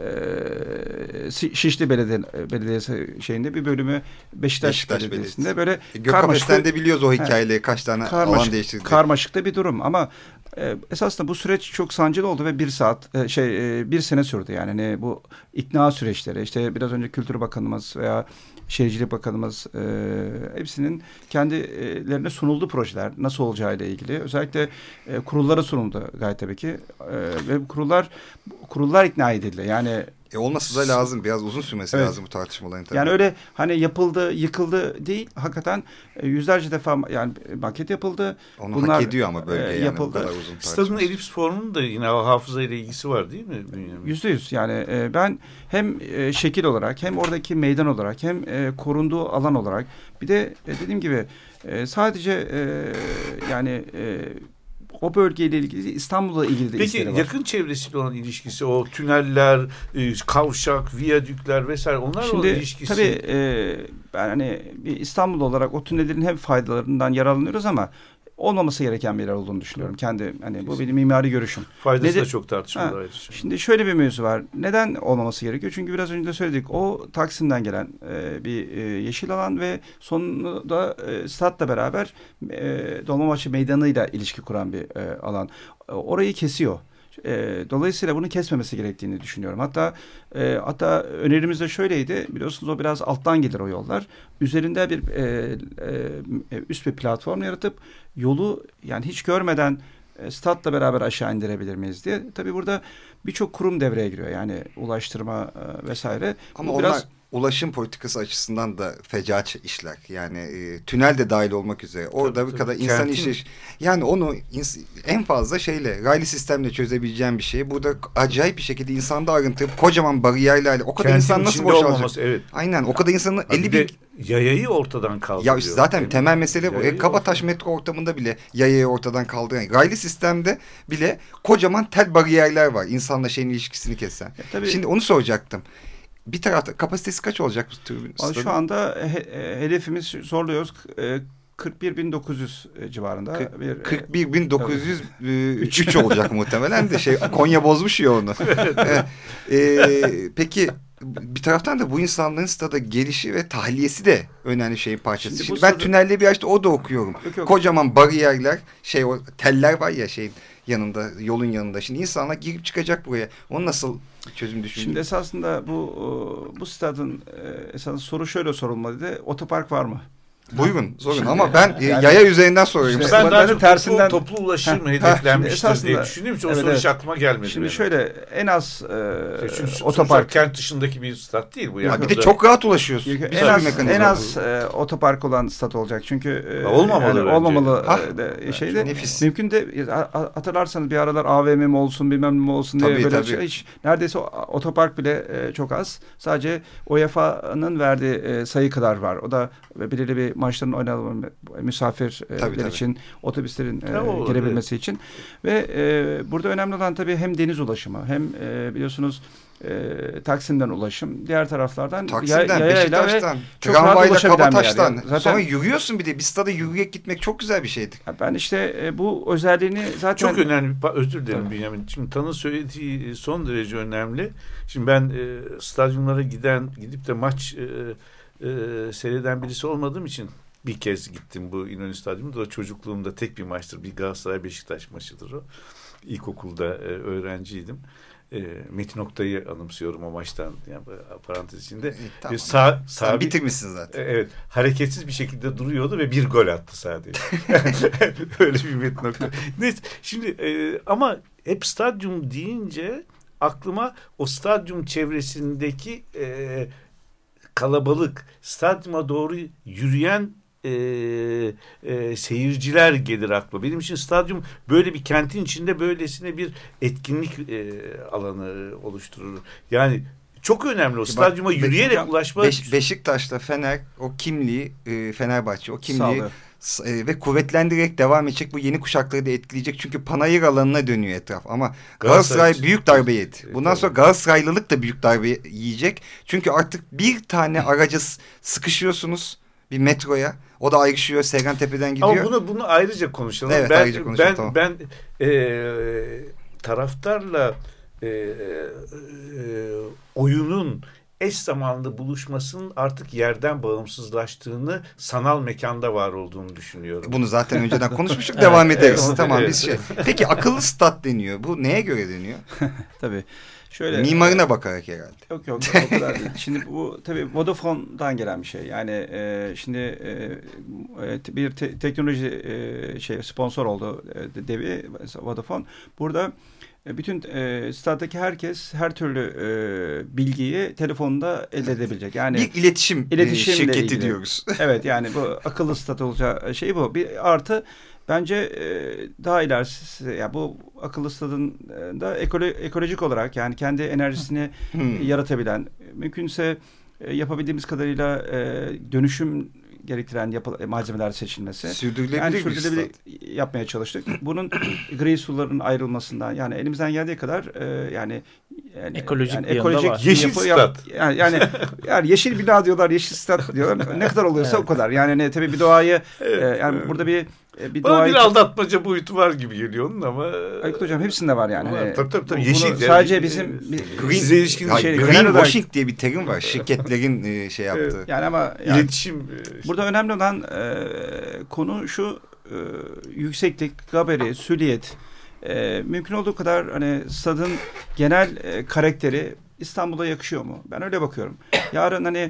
e, Şişli Belediye Belediyesi şeyinde, bir bölümü Beşiktaş, Beşiktaş Belediyesi'nde. Böyle e, Gökhan de biliyoruz o hikayeyi. Kaç tane karmaşık, alan değiştirdi. Karmaşık da bir durum ama e, esasında bu süreç çok sancılı oldu ve bir saat e, şey e, bir sene sürdü yani. yani bu ikna süreçleri, işte biraz önce Kültür Bakanımız veya Şehircilik Bakanımız e, hepsinin kendilerine sunuldu projeler nasıl olacağıyla ilgili. Özellikle e, kurullara sunuldu gayet tabii ki e, ve kurullar kurullar ikna edildi yani. E olması da lazım. Biraz uzun sürmesi evet. lazım bu tartışmaların tabii. Yani öyle hani yapıldı, yıkıldı değil. Hakikaten e, yüzlerce defa yani maket yapıldı. Onu Bunlar, hak ediyor ama bölge e, yani yapıldı. bu kadar uzun Stadın elips formunun da yine hafıza ile ilgisi var değil mi? Yüzde yüz. Yani e, ben hem e, şekil olarak hem oradaki meydan olarak hem e, korunduğu alan olarak bir de e, dediğim gibi e, sadece e, yani e, o bölgeyle ilgili İstanbul'la ilgili de peki var. Yakın çevresiyle olan ilişkisi, o tüneller, kavşak, viyadükler vesaire, onlar Şimdi, olan ilişkisi. Tabii e, ben hani bir İstanbul olarak o tünellerin hem faydalarından yararlanıyoruz ama olmaması gereken bir yer olduğunu düşünüyorum. Kendi hani kesinlikle. Bu benim mimari görüşüm. Faydası Neden, da çok tartışmalı ayrıca. Şimdi şöyle bir mevzu var. Neden olmaması gerekiyor? Çünkü biraz önce de söyledik. O Taksim'den gelen e, bir e, yeşil alan ve sonunda e, statla beraber e, Dolmabahçe Meydanı'yla ilişki kuran bir e, alan. E, orayı kesiyor. E, dolayısıyla bunu kesmemesi gerektiğini düşünüyorum. Hatta e, hatta önerimiz de şöyleydi. Biliyorsunuz o biraz alttan gelir o yollar. Üzerinde bir e, e, üst bir platform yaratıp yolu yani hiç görmeden e, statla beraber aşağı indirebilir miyiz diye. Tabii burada birçok kurum devreye giriyor. Yani ulaştırma e, vesaire. Ama Bu onlar biraz ulaşım politikası açısından da fecaat işler. Yani e, tünel de dahil olmak üzere. Orada Tabii, bir tabii. kadar insan Kentin- işleş. Yani onu ins- en fazla şeyle, raylı sistemle çözebileceğim bir şey. Burada acayip bir şekilde insanda arıntılıp kocaman bariyerlerle o kadar Kentin insan nasıl içinde boşalacak? olmaması, evet. Aynen, o kadar insanın Ha, bir elli de bin... yayayı ortadan kaldırıyor. Ya işte zaten Değil mi? temel mesele bu. Yayayı E, Kabataş ortadan- metro ortamında bile yayayı ortadan kaldıran. Raylı sistemde bile kocaman tel bariyerler var. İnsanla şeyin ilişkisini kesen. tabii- Şimdi onu soracaktım. Bir tarafta kapasitesi kaç olacak bu tribün? Şu anda he- hedefimiz zorluyoruz. E, kırk bir bin dokuz yüz civarında. Kırk- bir, kırk bir bin dokuz yüz üç olacak muhtemelen de şey Konya bozmuş ya onu. ee, peki bir taraftan da bu insanların stada gelişi ve tahliyesi de önemli şeyin parçası. Şimdi Şimdi bu ben sırada- tünelde bir açta o da okuyorum. Yok, yok. Kocaman bariyerler, şey o teller var ya şeyin yanında, yolun yanında. Şimdi insanlar girip çıkacak buraya. Onu nasıl çözüm düşündünüz? Şimdi esasında bu bu stadın esasında soru şöyle sorulmalıydı. Otopark var mı? Buyurun sorun Şimdi- ama ben e, yani- yaya üzerinden soruyorum. İşte- Ben Ben daha de çok tersinden- toplu, toplu ulaşım Heh, hedeflenmiştir heh, şimdi diye esasında- düşündüğüm için o Evet, soru hiç evet. aklıma gelmedi. Şimdi benim. şöyle en az e, Çünkü sonuçta otopark kent dışındaki bir stat değil bu. Ya Yani bir de orada- çok rahat ulaşıyorsun. en Güzel bir az mekanizma en bu. az e, otopark olan stat olacak. Çünkü e, Olmamalı yani bence. olmamalı Ah, e, de, şeyde nefis. mümkün de e, ha- hatırlarsanız bir aralar A V M mi olsun bilmem ne olsun diye Tabii, böyle tabii. şey, hiç neredeyse o- otopark bile e, çok az. Sadece U E F A'nın verdiği e, sayı kadar var. O da belirli bir maçların oynanılması misafirler Tabii, tabii. için otobüslerin e, Ya o, girebilmesi için ve e, burada önemli olan tabii hem deniz ulaşımı hem e, biliyorsunuz e, Taksim'den ulaşım, diğer taraflardan Taksim'den, yay- yayayla ve Beşiktaş'tan, çok rahat tramvayla, ulaşabilen bir yer. Kabataş'tan. Yani zaten- Sonra yürüyorsun bir de. Bir stada yürüyerek gitmek çok güzel bir şeydi. Ya ben işte e, bu özelliğini zaten Çok önemli. Pa- Özür dilerim Tabii. Bünyamin. Şimdi Tan'ın söylediği son derece önemli. Şimdi ben e, stadyumlara giden, gidip de maç e, e, seyreden birisi olmadığım için bir kez gittim bu İnönü Stadyumu'nda. O çocukluğumda tek bir maçtır. Bir Galatasaray Beşiktaş maçıdır o. İlkokulda e, öğrenciydim. E, Metin Oktay'ı anımsıyorum o maçtan. Yani parantez içinde. İyi, tamam. Bir sağ, Sen sabit- bitirmişsin zaten. E, Evet. Hareketsiz bir şekilde duruyordu ve bir gol attı sadece. Öyle bir Metin Oktay. Neyse. Şimdi e, ama hep stadyum deyince aklıma o stadyum çevresindeki e, kalabalık, stadyuma doğru yürüyen e, e, seyirciler gelir aklıma. Benim için stadyum böyle bir kentin içinde böylesine bir etkinlik e, alanı oluşturur. Yani çok önemli o Bak, stadyuma Be- yürüyerek hocam, ulaşmak. Beş- Beşiktaş'ta Fener o kimliği, e, Fenerbahçe o kimliği sağlıyor. s- e, ve kuvvetlendirerek devam edecek, bu yeni kuşakları da etkileyecek. Çünkü panayır alanına dönüyor etraf. Ama Galatasaray Galatasaray büyük darbe yedi. Evet, Bundan tabii. sonra Galatasaraylılık da büyük darbe yiyecek. Çünkü artık bir tane araca s- sıkışıyorsunuz bir metroya. O da ayrışıyor, Seyrantepe'den gidiyor. Ama bunu bunu ayrıca konuşalım. Evet, ben ayrıca konuşalım, ben tamam. ben e, taraftarla e, e, oyunun eş zamanlı buluşmasının artık yerden bağımsızlaştığını, sanal mekanda var olduğunu düşünüyorum. Bunu zaten önceden konuşmuştuk. Devam ederiz. evet, tamam evet. biz şey. Peki akıllı stat deniyor. Bu neye göre deniyor? Tabii. Şöyle Mimarına bakarak herhalde. Yok yok o kadar değil. Şimdi bu tabii Vodafone'dan gelen bir şey. Yani e, şimdi e, e, bir te- teknoloji e, şey sponsor oldu e, devi Vodafone. Burada e, bütün e, stadyumdaki herkes her türlü e, bilgiyi telefonunda elde edebilecek. Yani Bir iletişim, iletişimle e, şirketi ilgili. diyoruz. evet yani bu akıllı stat olacağı şey bu. Bir artı bence e, daha ilerisi yani bu akıllı stadın e, da ekolo, ekolojik olarak yani kendi enerjisini Hmm. yaratabilen, mümkünse e, yapabildiğimiz kadarıyla e, dönüşüm gerektiren yapı, malzemeler seçilmesi. Sürdürülebilir Yani bir sürdürülebilir stat. yapmaya çalıştık. Bunun gri suların ayrılmasından yani elimizden geldiği kadar e, yani, yani Ekolojik yani bir yanı var. bir Yeşil yapı yap- stat. yani, yani yani yeşil bina diyorlar, yeşil stat diyorlar. Ne kadar oluyorsa Evet. o kadar. Yani ne tabii bir doğayı Evet, e, yani evet. burada bir e, bir Bana doğayı bir aldatmaca boyutu var gibi geliyor onun ama. Aykut Hocam hepsinde var yani. Var, Hani tabii, tabii, tabii. bunu Yeşil, yani, sadece e, bizim bir- Green, Size ilişkin Hayır, şey, green genel olarak- washing diye bir terim var. Şirketlerin e, şey yaptığı. yani ama yani İletişim. e, burada önemli olan e, konu şu e, yükseklik, gabari, süliyet e, mümkün olduğu kadar hani stadın genel e, karakteri İstanbul'a yakışıyor mu? Ben öyle bakıyorum. Yarın hani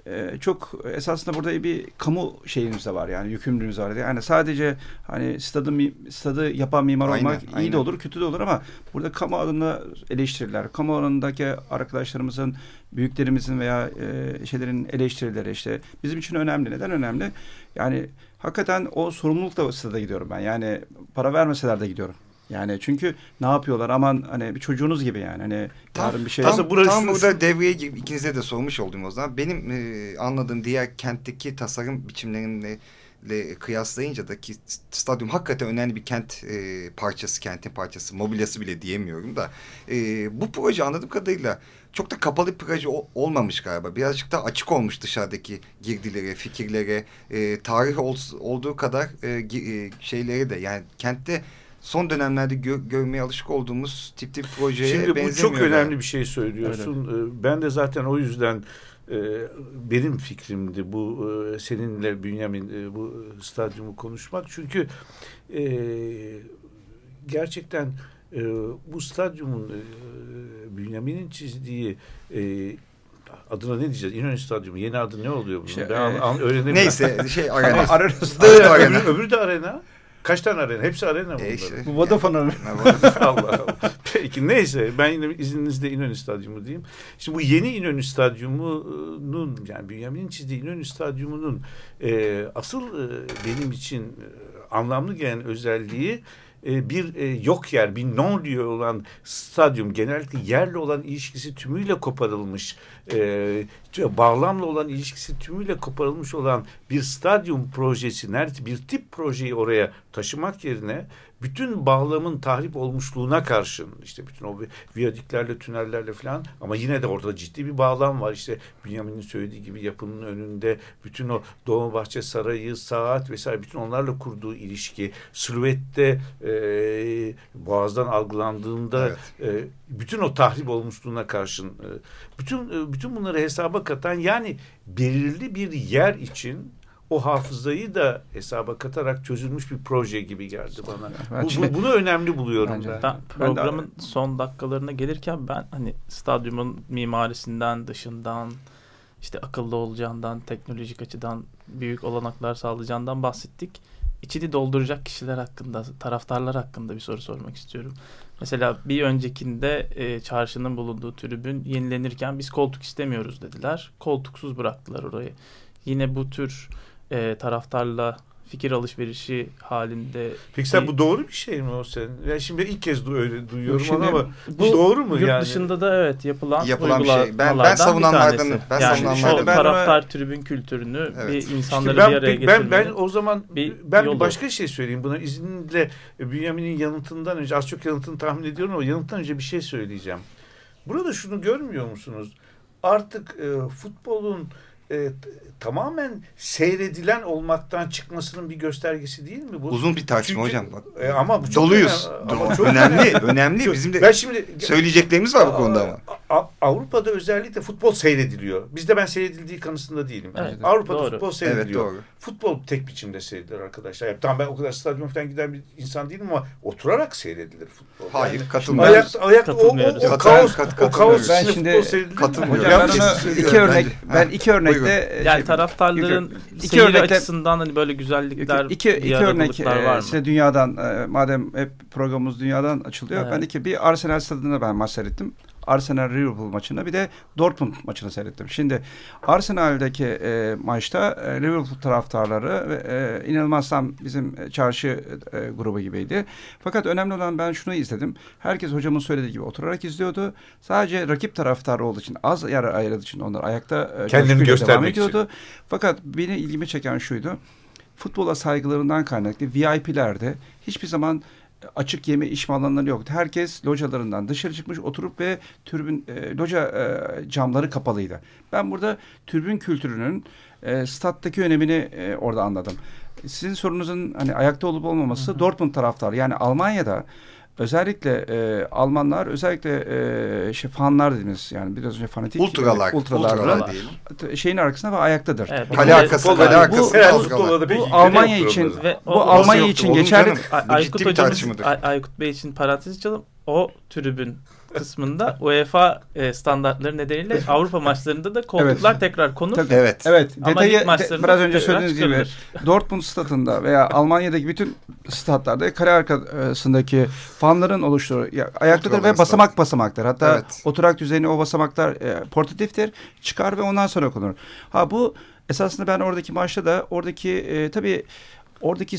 e, çok esasında burada bir kamu şeyimiz de var yani yükümlülüğümüz var. Yani sadece hani stadı stadı yapan mimar Aynen, olmak iyi aynen. de olur, kötü de olur ama burada kamu alanında eleştiriler, kamu alanındaki arkadaşlarımızın, büyüklerimizin veya e, şeylerin eleştirileri işte bizim için önemli. Neden önemli? Yani hakikaten o sorumlulukla stada gidiyorum ben. Yani para vermeseler de gidiyorum. Yani çünkü ne yapıyorlar? Aman hani bir çocuğunuz gibi yani. Hani yarın bir şey... Tam, Aslında tam şu- burada devreye girip ikinize de sormuş oldum o zaman. Benim e, anladığım diğer kentteki tasarım biçimleriyle le kıyaslayınca da ki stadyum hakikaten önemli bir kent e, parçası, kentin parçası, mobilyası bile diyemiyorum da e, bu proje anladığım kadarıyla çok da kapalı bir proje o, olmamış galiba. Birazcık da açık olmuş dışarıdaki girdilere, fikirlere, e, tarih ol, olduğu kadar e, e, şeyleri de yani kentte son dönemlerde gö görmeye alışık olduğumuz tip tip projeye Şimdi benzemiyor. bu çok da. önemli bir şey söylüyorsun. Ee, Ben de zaten o yüzden e, benim fikrimdi bu e, seninle Bünyamin e, bu stadyumu konuşmak. Çünkü e, gerçekten e, bu stadyumun e, Bünyamin'in çizdiği e, adına ne diyeceğiz? İnönü Stadyumu. Yeni adı ne oluyor bunun? Şey, ben an, e, an, öğrenemiyorum. Neyse şey arena. Ama arena Stadyum arena. öbürü, öbürü de arena. Kaç tane arena? Hepsi arena mı E bunların? işte. Bu Vodafone arena. Allah Allah. Peki neyse ben yine izninizle İnönü Stadyumu diyeyim. Şimdi bu yeni İnönü Stadyumu'nun yani Bünyamin'in çizdiği İnönü Stadyumu'nun e, asıl e, benim için e, anlamlı gelen özelliği e, bir e, yok yer, bir non-lieu olan stadyum genellikle yerle olan ilişkisi tümüyle koparılmış, e, bağlamla olan ilişkisi tümüyle koparılmış olan bir stadyum projesi, nerede bir tip projeyi oraya taşımak yerine bütün bağlamın tahrip olmuşluğuna karşın işte bütün o viyadüklerle, tünellerle falan ama yine de orada ciddi bir bağlam var. İşte Bünyamin'in söylediği gibi yapının önünde bütün o Dolmabahçe Sarayı, saat vesaire bütün onlarla kurduğu ilişki, silüette e, Boğaz'dan algılandığında Evet. e, bütün o tahrip olmuşluğuna karşın e, bütün e, bütün bunları hesaba katan yani belirli bir yer için o hafızayı da hesaba katarak çözülmüş bir proje gibi geldi bana. Bu, bu, bunu önemli buluyorum Bence. ben. Ben Ben de- programın son dakikalarına gelirken ben hani stadyumun mimarisinden, dışından, işte akıllı olacağından, teknolojik açıdan büyük olanaklar sağlayacağından bahsettik. İçini dolduracak kişiler hakkında, taraftarlar hakkında bir soru sormak istiyorum. Mesela bir öncekinde e, çarşının bulunduğu tribün yenilenirken biz koltuk istemiyoruz dediler. Koltuksuz bıraktılar orayı. Yine bu tür e, taraftarla fikir alışverişi halinde... Peki sen bu doğru bir şey mi o senin? Yani şimdi ilk kez du öyle duyuyorum Şimdi onu ama Bu doğru mu yurt yani? dışında da evet yapılan, Yapılan bir şey. Ben- ben uygulamalardan savunanlardanım. bir tanesi. Ben yani savunanlardanım. şu Ben taraftar tribün kültürünü Evet. bir insanları İşte ben, bir araya peki ben, getirmenin ben o zaman bir ben yolu. başka şey söyleyeyim buna izninle Bünyamin'in yanıtından önce az çok yanıtını tahmin ediyorum ama yanıttan önce bir şey söyleyeceğim. Burada şunu görmüyor musunuz? Artık e, futbolun e, t- tamamen seyredilen olmaktan çıkmasının bir göstergesi değil mi bu? Uzun bir tartışma Çünkü- hocam. Bak. E, ama bu çok Doluyuz. önemli. Ama Do- çok önemli, önemli. Çok- Bizim de ben şimdi söyleyeceklerimiz var bu konuda ama. A- A- Avrupa'da özellikle futbol seyrediliyor. Bizde ben seyredildiği kanısında değilim. Evet, Avrupa'da doğru. futbol Evet seyrediliyor. doğru. Futbol tek biçimde seyredilir arkadaşlar. Yani tamam ben o kadar stadyuma falan giden bir insan değilim ama oturarak seyredilir futbol. Hayır Yani katılmıyorum. Ayak, ayak, o, o, Katılmıyoruz. o Katıl- kaos, kat- o katılmıyoruz. kaos Ben içinde şimdi futbol seyredilir mi? katılmıyorum. Hocam ben Yanlış onu söylüyorum iki örnek bence. ben Ha, iki örnekte buyurun. e, Yani şey- taraftarların iki seyir örnekle- açısından hani böyle güzellikler, iki, iki, iki örnek bir var e, mı? size dünyadan e, madem hep programımız dünyadan açılıyor. Evet. Ben iki bir Arsenal stadında ben maç seyrettim. Arsenal Liverpool maçını bir de Dortmund maçını seyrettim. Şimdi Arsenal'deki e, maçta e, Liverpool taraftarları ve e, inanılmaz tam bizim çarşı e, grubu gibiydi. Fakat önemli olan ben şunu izledim. Herkes hocamın söylediği gibi oturarak izliyordu. Sadece rakip taraftarı olduğu için az yer ayırdığı için onlar ayakta e, Kendini coşkuyla göstermek devam ediyordu. Fakat beni ilgimi çeken şuydu. Futbola saygılarından kaynaklı V I P'lerde hiçbir zaman açık yeme içme alanları yoktu. Herkes localarından dışarı çıkmış oturup ve tribün e, loca e, camları kapalıydı. Ben burada tribün kültürünün e, stat'taki önemini e, orada anladım. Sizin sorunuzun hani ayakta olup olmaması Hı hı. Dortmund taraftarı yani Almanya'da özellikle e, Almanlar özellikle e, şey fanlar dediğimiz yani biraz önce fanatik Ultralar. e, ultralarla Ultralar diyelim. şeyin arkasında ve ayaktadır. Evet, Kale bir de- arkası, bu- kale bu- arkası. bu- Herhalde Ultralar. futbolda pek Bu ilgili Almanya yoktur için onların. Ve bu o- Almanya Nasıl için yoktu? Oğlum geçerli. canım, Ay- bu Aykut ciddi bir hocamız, tartışmadır. Ay- Aykut Bey için parantez açalım. o tribün kısmında UEFA e, standartları nedeniyle Avrupa maçlarında da koltuklar Evet. tekrar konur. Tabii. Evet. Evet. Ama Detayı lig maçlarında de, biraz önce tekrar söylediğiniz gibi çıkarılır. Dortmund stadında veya Almanya'daki bütün statlarda kale arkasındaki fanların oluşturduğu ya, ayaktadır Kontrol ve basamak stat. basamaktır. Hatta Evet. oturak düzeyine o basamaklar e, portatiftir. Çıkar ve ondan sonra konur. Ha bu esasında ben oradaki maçta da oradaki e, tabii oradaki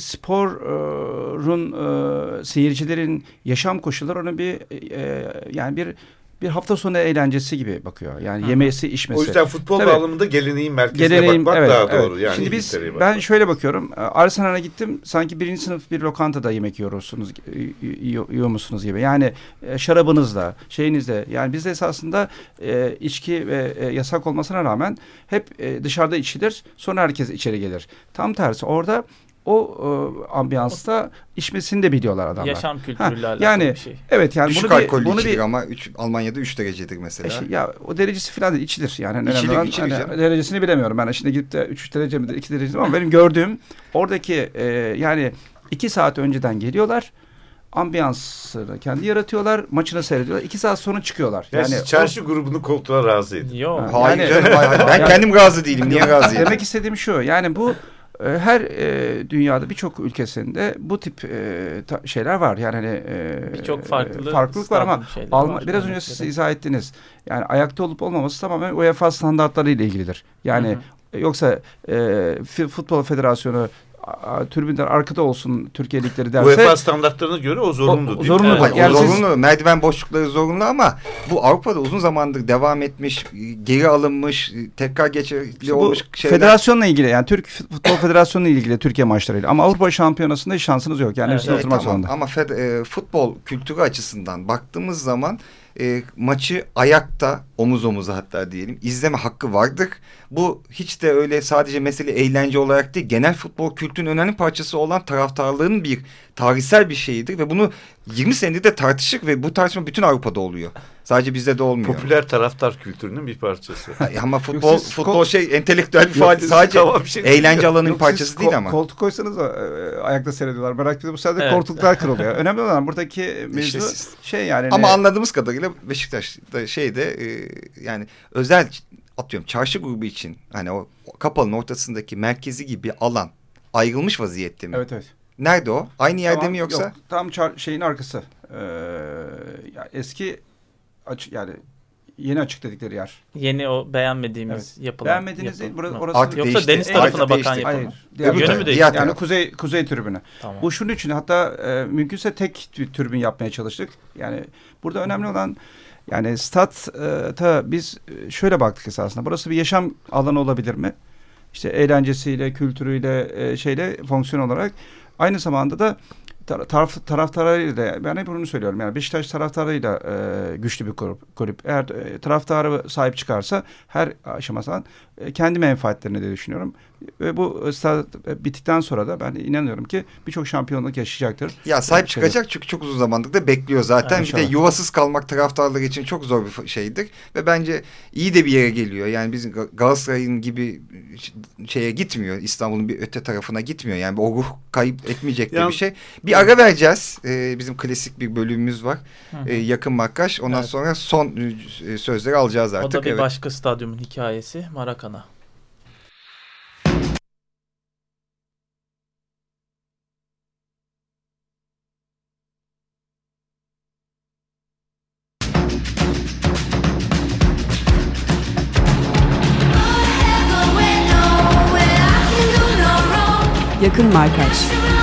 sporun e, seyircilerin yaşam koşulları ona bir e, yani bir bir hafta sonu eğlencesi gibi bakıyor. Yani Hı. yemesi, içmesi. O yüzden futbol Tabii. bağlamında geleneğin merkezine Geleneğin, bakmak evet, daha evet. doğru. Yani Şimdi biz İngiltere'ye ben bakmak. şöyle bakıyorum. Arsenal'a gittim. Sanki birinci sınıf bir lokantada yemek yiyorsunuz, yiyor, yiyormuşsunuz gibi. Yani e, şarabınızla, şeyinizle. Yani bizde esasında e, içki ve e, yasak olmasına rağmen hep e, dışarıda içilir. Sonra herkes içeri gelir. Tam tersi. Orada o e, ambiyansta içmesini de biliyorlar adamlar. Yaşam kültürüyle Ha, alakalı yani, bir şey. Evet yani Düşük bunu bir, alkollü bunu içilir bir ama üç, Almanya'da üç derecedir mesela. e şey, ya o derecesi falan değil, içilir yani. Hani İçilir, önemli olan, içilir hani canım. derecesini bilemiyorum. Ben şimdi gidip de üç derece midir, iki derece mi ama benim gördüğüm oradaki e, yani iki saat önceden geliyorlar. Ambiyansını kendi yaratıyorlar. Maçını seyrediyorlar. iki saat sonra çıkıyorlar. Yani, Yani siz çarşı grubunu koltuğa razı edin. Yok. Ha. Hayır Yani- canım, hayır, hayır. Ben Yani- kendim razı değilim. Niye o, razıyım? demek istediğim şu. Yani bu e, her e, dünyada birçok ülkesinde bu tip e, ta- şeyler var. Yani hani e, Birçok farklı farklılık var ama stadyum şeyleri Alman, var. biraz önce Örnekleri. siz izah ettiniz. Yani ayakta olup olmaması tamamen UEFA standartları ile ilgilidir. Yani Hı yoksa e, F- Futbol Federasyonu a, tribünler arkada olsun Türkiye ligleri derse UEFA standartlarına göre o zorunlu O- değil zorunlu. mi? Hayır, Yani o siz- zorunlu. Merdiven boşlukları zorunlu ama bu Avrupa'da uzun zamandır devam etmiş, geri alınmış, tekrar geçerli İşte bu olmuş şeyler. federasyonla ilgili yani Türk Futbol Federasyonu ile ilgili Türkiye maçlarıyla ama Avrupa Şampiyonası'nda hiç şansınız yok. Yani Evet, hepsine Evet, oturmak tamam. zorunda. Ama fed- e, futbol kültürü açısından baktığımız zaman e, maçı ayakta, omuz omuza hatta diyelim, izleme hakkı vardır. Bu hiç de öyle sadece mesele eğlence olarak değil, genel futbol kültürünün önemli parçası olan taraftarlığın bir tarihsel bir şeyidir ve bunu yirmi senedir de tartışık ve bu tartışma bütün Avrupa'da oluyor. Sadece bizde de olmuyor. Popüler taraftar kültürünün bir parçası. Ha, ama futbol siz futbol kol- şey entelektüel bir Yok, faaliyet, siz sadece tamam, bir şey eğlence değil. alanının Yok, parçası siz değil ko- ama. Koltuk koysanız da e, ayakta seyrediyorlar. Merak ediyorum. Bu sefer de Evet. koltuklar kırılıyor. Önemli olan buradaki mevzu siz- şey yani. Ama ne- anladığımız kadarıyla Beşiktaş'ta şeyde e, yani özel atıyorum çarşı grubu için hani o kapanın ortasındaki merkezi gibi bir alan ayrılmış vaziyette mi? Evet evet. Nerede o? Aynı yerde Tamam, mi yoksa? Yok, tam çar- şeyin arkası. Ee, ya eski açık yani yeni açık dedikleri yer. Yeni o beğenmediğimiz yapılan. Beğenmediğiniz değil, yapı burası- mı? orası Artık Yoksa değişti. deniz Artık tarafına bakan değişti. yapı Hayır. mı? Diğer Öbür Yönü taraf, mü diğer değişti? taraf. Yani kuzey kuzey tribünü. Tamam. Bu şunun için hatta e, mümkünse tek tü- türbün yapmaya çalıştık. Yani burada önemli olan yani statta biz e, şöyle baktık esasında. Burası bir yaşam alanı olabilir mi? İşte eğlencesiyle, kültürüyle, e, şeyle fonksiyon olarak aynı zamanda da tar- taraf, taraftarlarıyla da ben hep bunu söylüyorum. Yani Beşiktaş taraftarıyla e, güçlü bir kulüp. kulüp. Eğer e, taraftarı sahip çıkarsa her aşamasından e, kendi menfaatlerini de düşünüyorum. Ve bu stat bittikten sonra da ben inanıyorum ki birçok şampiyonluk yaşayacaktır. Ya sahip Evet, çıkacak çünkü çok uzun zamandır da bekliyor zaten. Evet, bir de inşallah. yuvasız kalmak taraftarları için çok zor bir şeydir. Ve bence iyi de bir yere geliyor. Yani bizim Ga- Galatasaray'ın gibi şeye gitmiyor. İstanbul'un bir öte tarafına gitmiyor. Yani o ruh kayıp etmeyecek de Yani- bir şey. Bir ara vereceğiz. Ee, bizim klasik bir bölümümüz var. Hı hı. Ee, yakın makyaj. Ondan Evet. sonra son e, sözleri alacağız artık. O da bir Evet. başka stadyumun hikayesi. Maracanã. Yakın markaj.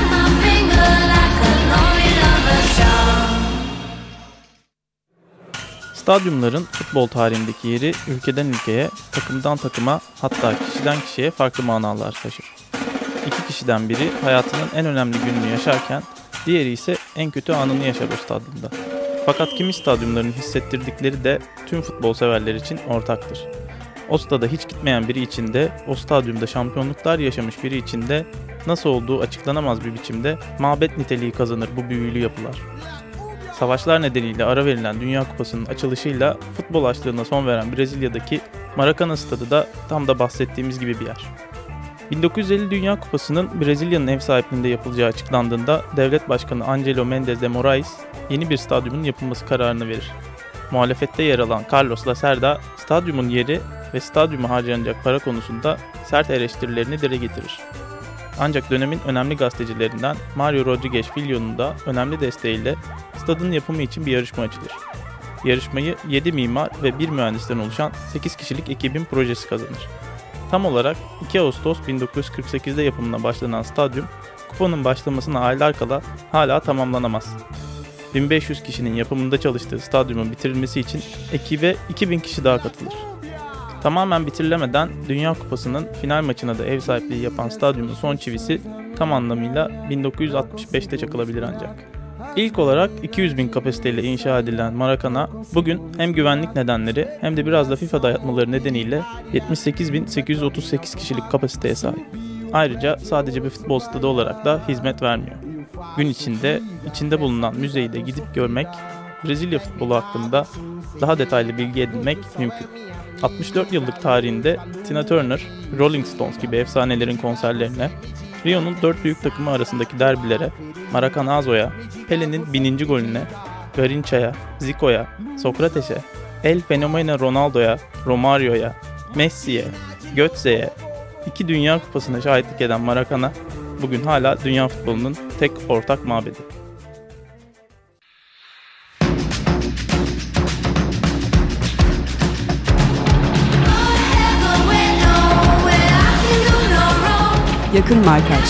Stadyumların futbol tarihindeki yeri ülkeden ülkeye, takımdan takıma, hatta kişiden kişiye farklı manalar taşır. İki kişiden biri hayatının en önemli gününü yaşarken, diğeri ise en kötü anını yaşar o stadyumda. Fakat kimi stadyumların hissettirdikleri de tüm futbol severler için ortaktır. O stada hiç gitmeyen biri için de, o stadyumda şampiyonluklar yaşamış biri için de nasıl olduğu açıklanamaz bir biçimde mabet niteliği kazanır bu büyülü yapılar. Savaşlar nedeniyle ara verilen Dünya Kupası'nın açılışıyla futbol açlığına son veren Brezilya'daki Maracanã stadı da tam da bahsettiğimiz gibi bir yer. bin dokuz yüz elli Dünya Kupası'nın Brezilya'nın ev sahipliğinde yapılacağı açıklandığında Devlet Başkanı Angelo Mendes de Moraes yeni bir stadyumun yapılması kararını verir. Muhalefette yer alan Carlos Lacerda, stadyumun yeri ve stadyuma harcanacak para konusunda sert eleştirilerini dile getirir. Ancak dönemin önemli gazetecilerinden Mario Rodrigues Filho'nun da önemli desteğiyle stadın yapımı için bir yarışma açılır. Yarışmayı yedi mimar ve bir mühendisten oluşan sekiz kişilik ekibin projesi kazanır. Tam olarak iki Ağustos bin dokuz yüz kırk sekizde yapımına başlanan stadyum, kupanın başlamasına aylar kala hala tamamlanamaz. bin beş yüz kişinin yapımında çalıştığı stadyumun bitirilmesi için ekibe iki bin kişi daha katılır. Tamamen bitirilemeden Dünya Kupası'nın final maçına da ev sahipliği yapan stadyumun son çivisi tam anlamıyla bin dokuz yüz altmış beşte çakılabilir ancak. İlk olarak iki yüz bin kapasiteyle inşa edilen Maracanã bugün hem güvenlik nedenleri hem de biraz da FIFA dayatmaları nedeniyle yetmiş sekiz bin sekiz yüz otuz sekiz kişilik kapasiteye sahip. Ayrıca sadece bir futbol stadı olarak da hizmet vermiyor. Gün içinde içinde bulunan müzeyi de gidip görmek, Brezilya futbolu hakkında daha detaylı bilgi edinmek mümkün. altmış dört yıllık tarihinde Tina Turner, Rolling Stones gibi efsanelerin konserlerine, Rio'nun dört büyük takımı arasındaki derbilere, Maracanazo'ya, Pele'nin bininci golüne, Garinça'ya, Zico'ya, Sokrates'e, El Fenomeno Ronaldo'ya, Romario'ya, Messi'ye, Götze'ye, iki Dünya Kupası'na şahitlik eden Maracanã, bugün hala dünya futbolunun tek ortak mabedi. Yakın markaj.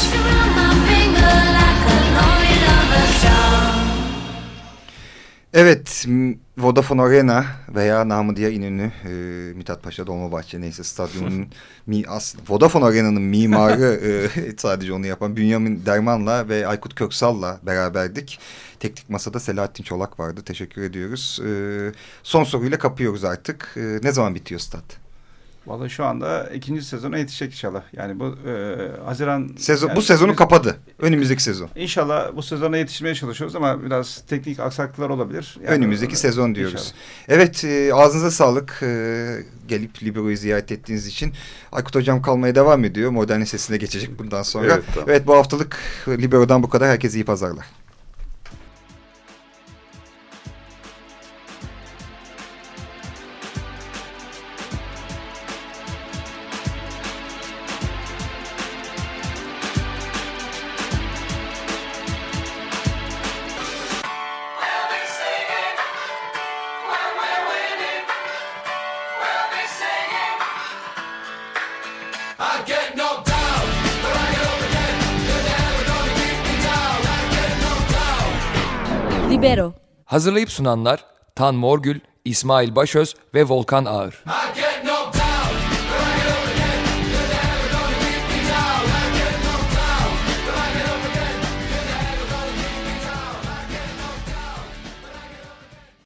Evet, Vodafone Arena veya namı diğer İnönü e, Mithat Paşa Dolmabahçe neyse stadyumunun mi, aslında Vodafone Arena'nın mimarı e, sadece onu yapan Bünyamin Derman'la ve Aykut Köksal'la beraberdik. Teknik masada Selahattin Çolak vardı. Teşekkür ediyoruz. E, son soruyla kapıyoruz artık. E, ne zaman bitiyor stat? Vallahi şu anda ikinci sezona yetişecek inşallah. Yani bu e, Haziran... Sezon, yani bu sezonu biz, kapadı. Önümüzdeki sezon. İnşallah bu sezona yetişmeye çalışıyoruz ama biraz teknik aksaklıklar olabilir. Yani Önümüzdeki e, sezon diyoruz. İnşallah. Evet, e, ağzınıza sağlık. E, gelip Libero'yu ziyaret ettiğiniz için. Aykut Hocam kalmaya devam ediyor. Modern Lisesi'ne geçecek bundan sonra. Evet, tamam. Evet, bu haftalık Libero'dan bu kadar. Herkese iyi pazarlar. Libero. Hazırlayıp sunanlar Tan Morgül, İsmail Başöz ve Volkan Ağır.